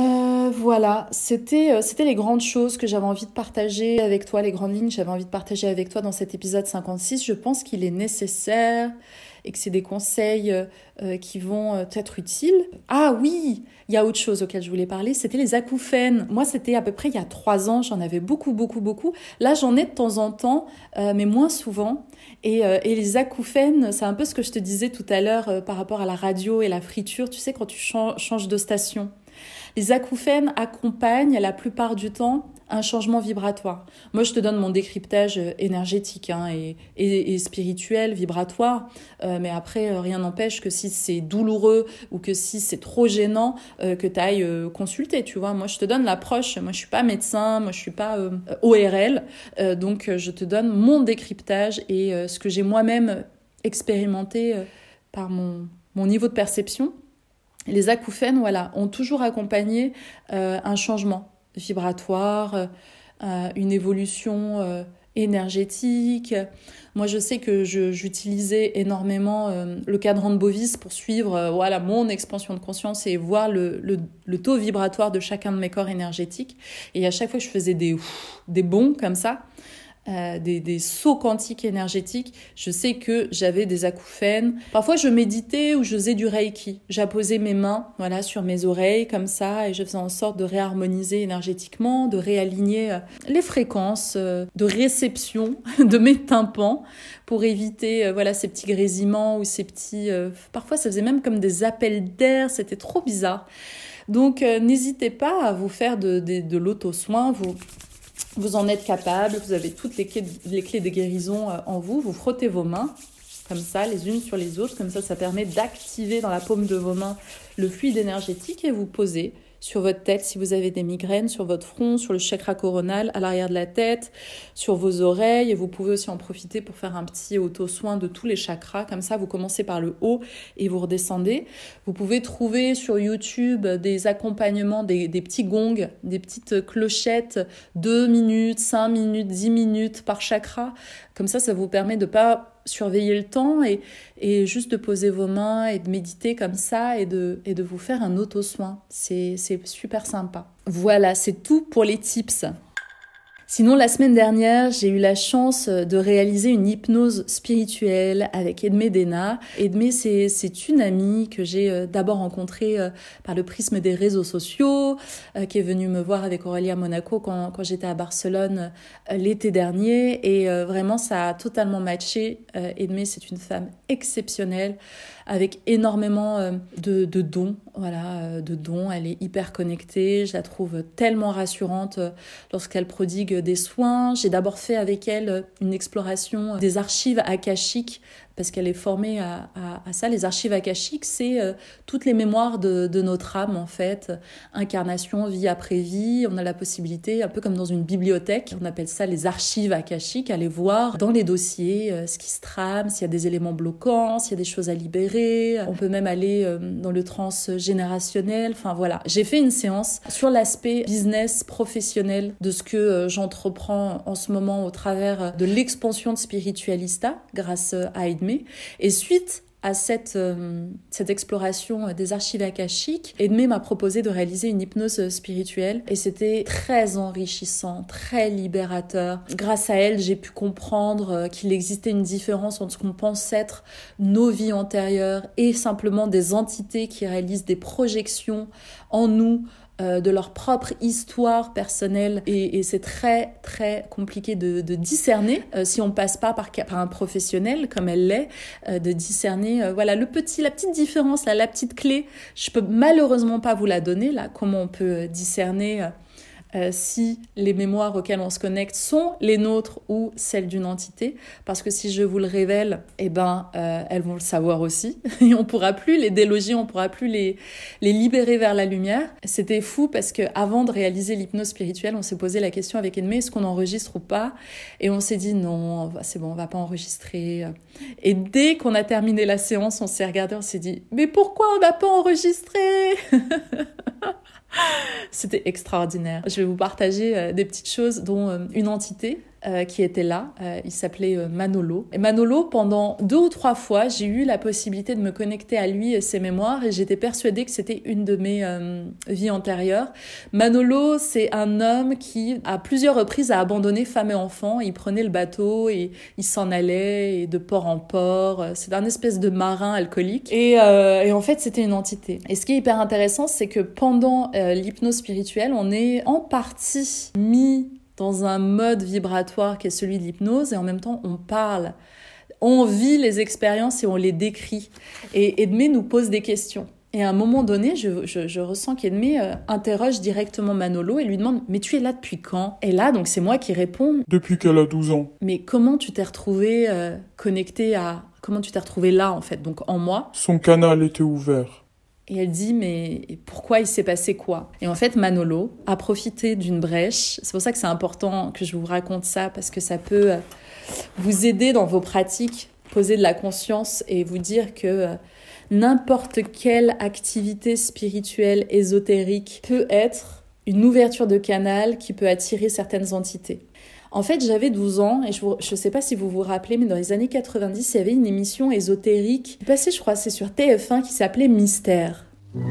Euh, voilà, c'était, euh, c'était les grandes choses que j'avais envie de partager avec toi, les grandes lignes que j'avais envie de partager avec toi dans cet épisode cinquante-six. Je pense qu'il est nécessaire et que c'est des conseils euh, qui vont euh, être utiles. Ah oui, il y a autre chose auquel je voulais parler, c'était les acouphènes. Moi, c'était à peu près il y a trois ans, j'en avais beaucoup, beaucoup, beaucoup. Là, j'en ai de temps en temps, euh, mais moins souvent. Et, euh, et les acouphènes, c'est un peu ce que je te disais tout à l'heure euh, par rapport à la radio et la friture. Tu sais, quand tu ch- changes de station. Les acouphènes accompagnent la plupart du temps un changement vibratoire. Moi, je te donne mon décryptage énergétique hein, et, et, et spirituel, vibratoire, euh, mais après, rien n'empêche que si c'est douloureux ou que si c'est trop gênant, euh, que tu ailles euh, consulter, tu vois. Moi, je te donne l'approche. Moi, je suis pas médecin, moi, je suis pas euh, O R L, euh, donc je te donne mon décryptage et euh, ce que j'ai moi-même expérimenté euh, par mon, mon niveau de perception. Les acouphènes, voilà, ont toujours accompagné euh, un changement vibratoire, euh, une évolution euh, énergétique. Moi, je sais que je, j'utilisais énormément euh, le cadran de Bovis pour suivre euh, voilà, mon expansion de conscience et voir le, le, le taux vibratoire de chacun de mes corps énergétiques. Et à chaque fois que je faisais des, ouf, des bonds comme ça, Euh, des, des sauts quantiques énergétiques, je sais que j'avais des acouphènes. Parfois, je méditais ou je faisais du reiki. J'apposais mes mains voilà, sur mes oreilles comme ça et je faisais en sorte de réharmoniser énergétiquement, de réaligner euh, les fréquences euh, de réception de mes tympans pour éviter euh, voilà, ces petits grésillements ou ces petits... Euh, parfois, ça faisait même comme des appels d'air. C'était trop bizarre. Donc, euh, n'hésitez pas à vous faire de, de, de l'auto-soin. Vous... Vous en êtes capable, vous avez toutes les clés, les clés de guérison en vous. Vous frottez vos mains, comme ça, les unes sur les autres. Comme ça, ça permet d'activer dans la paume de vos mains le fluide énergétique et vous posez sur votre tête si vous avez des migraines, sur votre front, sur le chakra coronal, à l'arrière de la tête, sur vos oreilles. Et vous pouvez aussi en profiter pour faire un petit auto-soin de tous les chakras. Comme ça, vous commencez par le haut et vous redescendez. Vous pouvez trouver sur YouTube des accompagnements, des, des petits gongs, des petites clochettes, deux minutes, cinq minutes, dix minutes par chakra. Comme ça, ça vous permet de pas surveiller le temps et, et juste de poser vos mains et de méditer comme ça et de, et de vous faire un auto-soin. C'est, c'est super sympa. Voilà, c'est tout pour les tips. Sinon, la semaine dernière, j'ai eu la chance de réaliser une hypnose spirituelle avec Edmé Dena. Edmé, c'est, c'est une amie que j'ai d'abord rencontrée par le prisme des réseaux sociaux, qui est venue me voir avec Aurélia Monaco quand, quand j'étais à Barcelone l'été dernier. Et vraiment, ça a totalement matché. Edmé, c'est une femme exceptionnelle, avec énormément de, de dons, voilà, de dons. Elle est hyper connectée. Je la trouve tellement rassurante lorsqu'elle prodigue des soins. J'ai d'abord fait avec elle une exploration des archives akashiques parce qu'elle est formée à, à, à ça. Les archives akashiques, c'est euh, toutes les mémoires de, de notre âme, en fait. Incarnation, vie après vie. On a la possibilité, un peu comme dans une bibliothèque, on appelle ça les archives akashiques, aller voir dans les dossiers euh, ce qui se trame, s'il y a des éléments bloquants, s'il y a des choses à libérer. On peut même aller euh, dans le transgénérationnel. Enfin, voilà. J'ai fait une séance sur l'aspect business professionnel de ce que euh, j'entreprends en ce moment au travers de l'expansion de Spiritualista grâce à Edmé. Et suite à cette, euh, cette exploration des archives akashiques, Edmé m'a proposé de réaliser une hypnose spirituelle et c'était très enrichissant, très libérateur. Grâce à elle, j'ai pu comprendre qu'il existait une différence entre ce qu'on pense être nos vies antérieures et simplement des entités qui réalisent des projections en nous de leur propre histoire personnelle et, et c'est très très compliqué de, de discerner euh, si on passe pas par, par un professionnel comme elle l'est, euh, de discerner euh, voilà le petit la petite différence là, la petite clé. Je peux malheureusement pas vous la donner là, comment on peut discerner euh, Euh, si les mémoires auxquelles on se connecte sont les nôtres ou celles d'une entité, parce que si je vous le révèle, eh ben, euh, elles vont le savoir aussi, et on pourra plus les déloger, on pourra plus les, les libérer vers la lumière. C'était fou parce que avant de réaliser l'hypnose spirituelle, on s'est posé la question avec Edmé, est-ce qu'on enregistre ou pas? Et on s'est dit non, c'est bon, on va pas enregistrer. Et dès qu'on a terminé la séance, on s'est regardé, on s'est dit, mais pourquoi on n'a pas enregistré? C'était extraordinaire. Je vais vous partager euh, des petites choses, dont euh, une entité euh, qui était là. Euh, il s'appelait euh, Manolo. Et Manolo, pendant deux ou trois fois, j'ai eu la possibilité de me connecter à lui et ses mémoires, et j'étais persuadée que c'était une de mes euh, vies antérieures. Manolo, c'est un homme qui, à plusieurs reprises, a abandonné femme et enfants. Il prenait le bateau et il s'en allait, et de port en port. C'est un espèce de marin alcoolique. Et, euh, et en fait, c'était une entité. Et ce qui est hyper intéressant, c'est que pendant euh, l'hypnose spirituelle, on est en partie mis dans un mode vibratoire qui est celui de l'hypnose, et en même temps, on parle. On vit les expériences et on les décrit. Et Edmé nous pose des questions. Et à un moment donné, je, je, je ressens qu'Edmé euh, interroge directement Manolo et lui demande « Mais tu es là depuis quand ?» Et là, donc c'est moi qui réponds « Depuis qu'elle a douze ans. » Mais comment tu t'es retrouvé euh, connecté à... Comment tu t'es retrouvé là, en fait, donc en moi ? Son canal était ouvert. Et elle dit, mais pourquoi il s'est passé quoi ? Et en fait, Manolo a profité d'une brèche. C'est pour ça que c'est important que je vous raconte ça, parce que ça peut vous aider dans vos pratiques, poser de la conscience et vous dire que n'importe quelle activité spirituelle, ésotérique, peut être une ouverture de canal qui peut attirer certaines entités. En fait, j'avais douze ans, et je ne sais pas si vous vous rappelez, mais dans les années quatre-vingt-dix, il y avait une émission ésotérique qui passait, je crois, c'est sur T F un, qui s'appelait Mystère.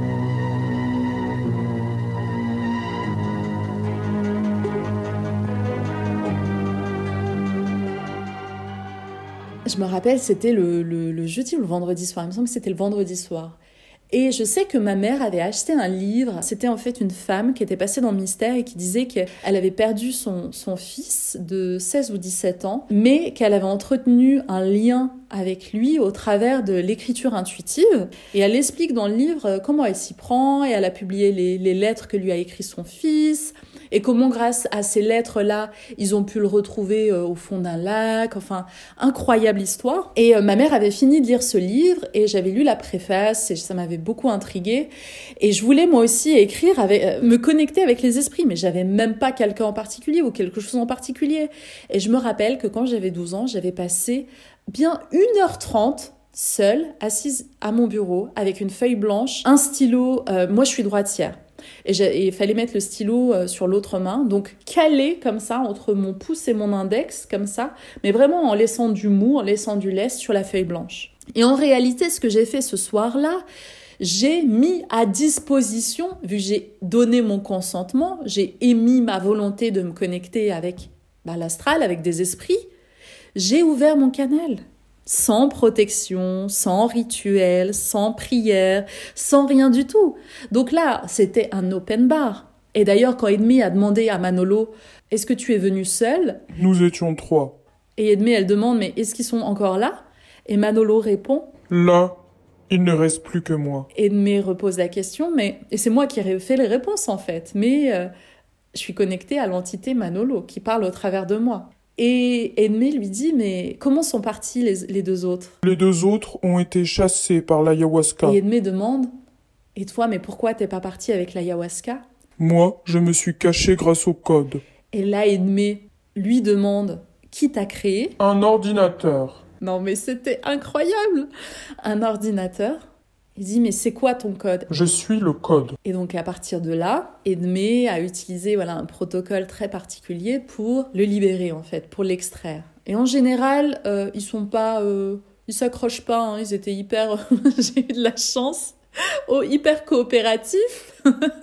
Je me rappelle, c'était le, le, le jeudi ou le vendredi soir, il me semble que c'était le vendredi soir. Et je sais que ma mère avait acheté un livre. C'était en fait une femme qui était passée dans le mystère et qui disait qu'elle avait perdu son, son fils de seize ou dix-sept ans, mais qu'elle avait entretenu un lien avec lui au travers de l'écriture intuitive. Et elle explique dans le livre comment elle s'y prend, et elle a publié les, les lettres que lui a écrit son fils, et comment grâce à ces lettres-là, ils ont pu le retrouver euh, au fond d'un lac. Enfin, incroyable histoire. Et euh, ma mère avait fini de lire ce livre, et j'avais lu la préface, et ça m'avait beaucoup intriguée. Et je voulais moi aussi écrire, avec, euh, me connecter avec les esprits, mais j'avais même pas quelqu'un en particulier ou quelque chose en particulier. Et je me rappelle que quand j'avais douze ans, j'avais passé bien une heure trente seule, assise à mon bureau, avec une feuille blanche, un stylo. Euh, moi, je suis droitière. Et il fallait mettre le stylo euh, sur l'autre main, donc calé comme ça, entre mon pouce et mon index, comme ça, mais vraiment en laissant du mou, en laissant du lest sur la feuille blanche. Et en réalité, ce que j'ai fait ce soir-là, j'ai mis à disposition, vu que j'ai donné mon consentement, j'ai émis ma volonté de me connecter avec bah, l'astral, avec des esprits, j'ai ouvert mon canal. Sans protection, sans rituel, sans prière, sans rien du tout. Donc là, c'était un open bar. Et d'ailleurs, quand Edmé a demandé à Manolo « Est-ce que tu es venu seul ?» Nous étions trois. Et Edmé, elle demande « Mais est-ce qu'ils sont encore là ?» Et Manolo répond « Là, il ne reste plus que moi. » Edmé repose la question, mais et c'est moi qui ai fait les réponses en fait. Mais euh, je suis connectée à l'entité Manolo qui parle au travers de moi. Et Edmé lui dit, mais comment sont partis les, les deux autres ? Les deux autres ont été chassés par l'ayahuasca. Et Edmé demande, et toi, mais pourquoi t'es pas parti avec l'ayahuasca ? Moi, je me suis caché grâce au code. Et là, Edmé lui demande, qui t'a créé ? Un ordinateur. Non mais c'était incroyable ! Un ordinateur. Il dit, mais c'est quoi ton code ? Je suis le code. Et donc, à partir de là, Edmé a utilisé voilà, un protocole très particulier pour le libérer, en fait, pour l'extraire. Et en général, euh, ils sont pas... Euh, ils s'accrochent pas, hein, ils étaient hyper... J'ai eu de la chance. Oh, hyper coopératifs.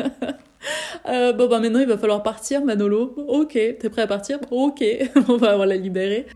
euh, bon, bah maintenant, il va falloir partir, Manolo. Ok, t'es prêt à partir ? Ok, on va la libérer.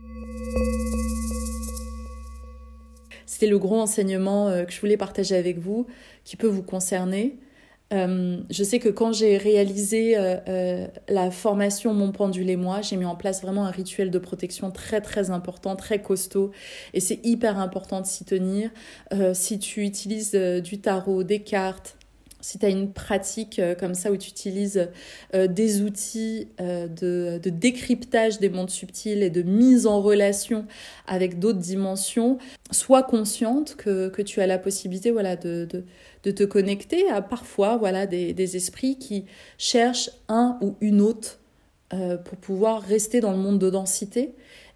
C'était le gros enseignement euh, que je voulais partager avec vous, qui peut vous concerner. Euh, je sais que quand j'ai réalisé euh, euh, la formation Mon pendule et moi, j'ai mis en place vraiment un rituel de protection très très important, très costaud. Et c'est hyper important de s'y tenir. Euh, si tu utilises euh, du tarot, des cartes, si tu as une pratique euh, comme ça où tu utilises euh, des outils euh, de, de décryptage des mondes subtils et de mise en relation avec d'autres dimensions, sois consciente que, que tu as la possibilité voilà, de, de, de te connecter à parfois voilà, des, des esprits qui cherchent un ou une autre euh, pour pouvoir rester dans le monde de densité.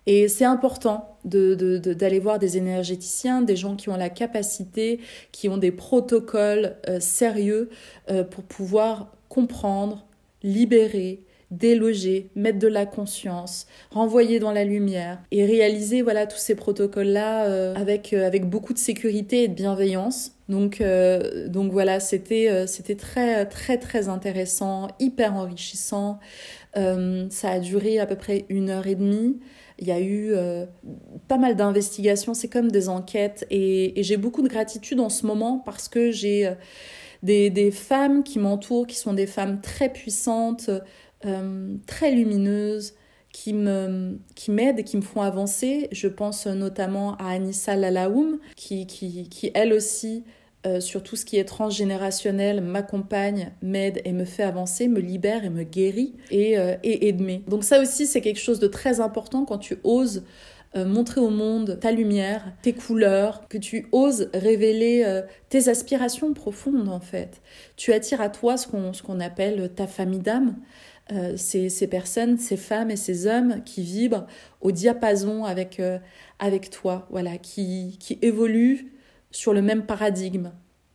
Et c'est important de, de, de, d'aller voir des énergéticiens, des gens qui ont la capacité, qui ont des protocoles euh, sérieux euh, pour pouvoir comprendre, libérer, déloger, mettre de la conscience, renvoyer dans la lumière et réaliser voilà tous ces protocoles-là euh, avec, euh, avec beaucoup de sécurité et de bienveillance. Donc, euh, donc voilà, c'était, euh, c'était très, très, très intéressant, hyper enrichissant. Euh, ça a duré à peu près une heure et demie. Il y a eu euh, pas mal d'investigations, c'est comme des enquêtes. Et, et j'ai beaucoup de gratitude en ce moment parce que j'ai euh, des, des femmes qui m'entourent, qui sont des femmes très puissantes, euh, très lumineuses, qui, me, qui m'aident et qui me font avancer. Je pense notamment à Anissa Lalaoum, qui, qui, qui elle aussi, euh, sur tout ce qui est transgénérationnel, m'accompagne, m'aide et me fait avancer, me libère et me guérit et, euh, et aide. Donc ça aussi, c'est quelque chose de très important quand tu oses euh, montrer au monde ta lumière, tes couleurs, que tu oses révéler euh, tes aspirations profondes en fait. Tu attires à toi ce qu'on, ce qu'on appelle ta famille d'âme. Euh, ces, ces personnes, ces femmes et ces hommes qui vibrent au diapason avec, euh, avec toi, voilà, qui, qui évoluent sur le même paradigme.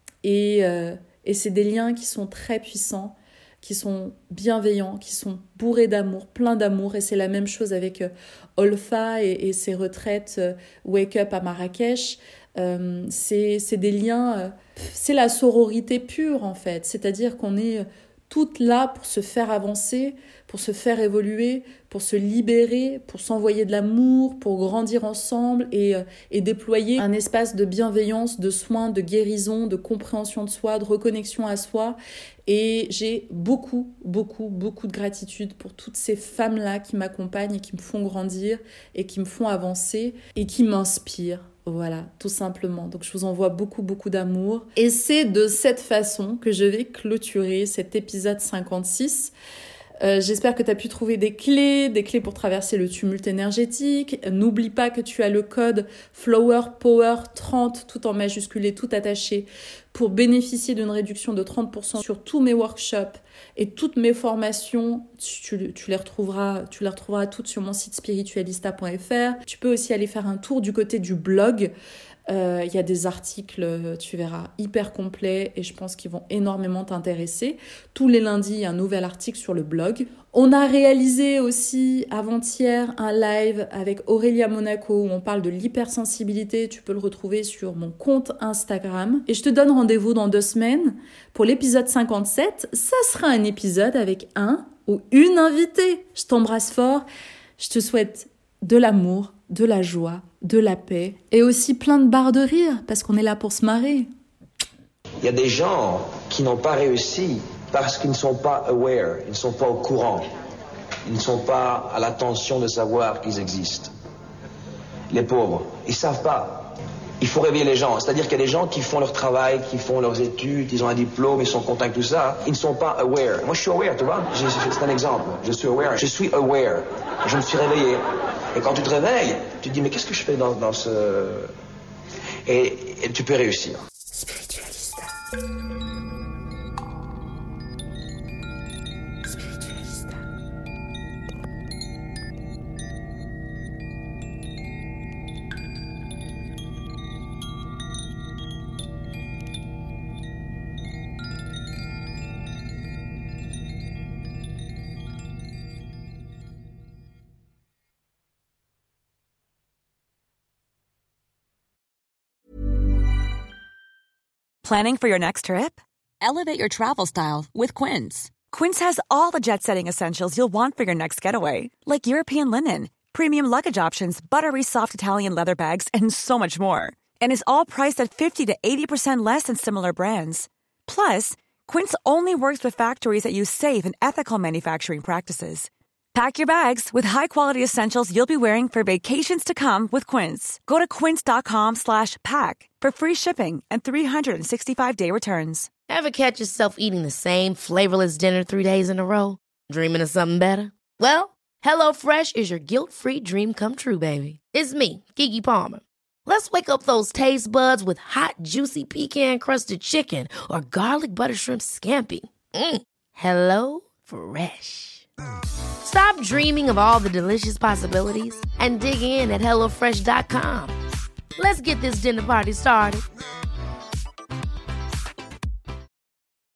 Et, euh, et c'est des liens qui sont très puissants, qui sont bienveillants, qui sont bourrés d'amour, pleins d'amour. Et c'est la même chose avec euh, Olfa et, et ses retraites euh, Wake Up à Marrakech. Euh, c'est, c'est des liens, euh, c'est la sororité pure en fait, c'est-à-dire qu'on est toutes là pour se faire avancer, pour se faire évoluer, pour se libérer, pour s'envoyer de l'amour, pour grandir ensemble et, et déployer un espace de bienveillance, de soins, de guérison, de compréhension de soi, de reconnexion à soi. Et j'ai beaucoup, beaucoup, beaucoup de gratitude pour toutes ces femmes-là qui m'accompagnent et qui me font grandir et qui me font avancer et qui m'inspirent. Voilà, tout simplement. Donc je vous envoie beaucoup, beaucoup d'amour. Et c'est de cette façon que je vais clôturer cet épisode cinquante-six. Euh, j'espère que tu as pu trouver des clés, des clés pour traverser le tumulte énergétique. N'oublie pas que tu as le code Flower Power trente, tout en majuscule et tout attaché, pour bénéficier d'une réduction de trente pour cent sur tous mes workshops et toutes mes formations. Tu, tu, les retrouveras, tu les retrouveras toutes sur mon site spiritualista point f r. Tu peux aussi aller faire un tour du côté du blog. Il euh, y a des articles, tu verras, hyper complets et je pense qu'ils vont énormément t'intéresser. Tous les lundis, il y a un nouvel article sur le blog. On a réalisé aussi avant-hier un live avec Aurélia Monaco où on parle de l'hypersensibilité. Tu peux le retrouver sur mon compte Instagram. Et je te donne rendez-vous dans deux semaines pour l'épisode cinquante-sept. Ça sera un épisode avec un ou une invitée. Je t'embrasse fort. Je te souhaite de l'amour, de la joie, de la paix et aussi plein de barres de rire parce qu'on est là pour se marrer. Il y a des gens qui n'ont pas réussi parce qu'ils ne sont pas aware, ils ne sont pas au courant, ils ne sont pas à l'attention de savoir qu'ils existent. Les pauvres, ils ne savent pas. Il faut réveiller les gens, c'est-à-dire qu'il y a des gens qui font leur travail, qui font leurs études, ils ont un diplôme, ils sont contents avec tout ça, ils ne sont pas aware. Moi je suis aware, tu vois, c'est un exemple, je suis aware, je suis aware, je me suis réveillé. Et quand tu te réveilles, tu te dis mais qu'est-ce que je fais dans, dans ce... Et, et tu peux réussir. Spiritualista. Spiritualista. Planning for your next trip? Elevate your travel style with Quince. Quince has all the jet-setting essentials you'll want for your next getaway, like European linen, premium luggage options, buttery soft Italian leather bags, and so much more. And is all priced at fifty to eighty percent less than similar brands. Plus, Quince only works with factories that use safe and ethical manufacturing practices. Pack your bags with high-quality essentials you'll be wearing for vacations to come with Quince. Go to quince.com slash pack for free shipping and three sixty-five day returns. Ever catch yourself eating the same flavorless dinner three days in a row? Dreaming of something better? Well, HelloFresh is your guilt-free dream come true, baby. It's me, Keke Palmer. Let's wake up those taste buds with hot, juicy pecan-crusted chicken or garlic butter shrimp scampi. Mm. Hello Fresh. Stop dreaming of all the delicious possibilities and dig in at hello fresh dot com. Let's get this dinner party started.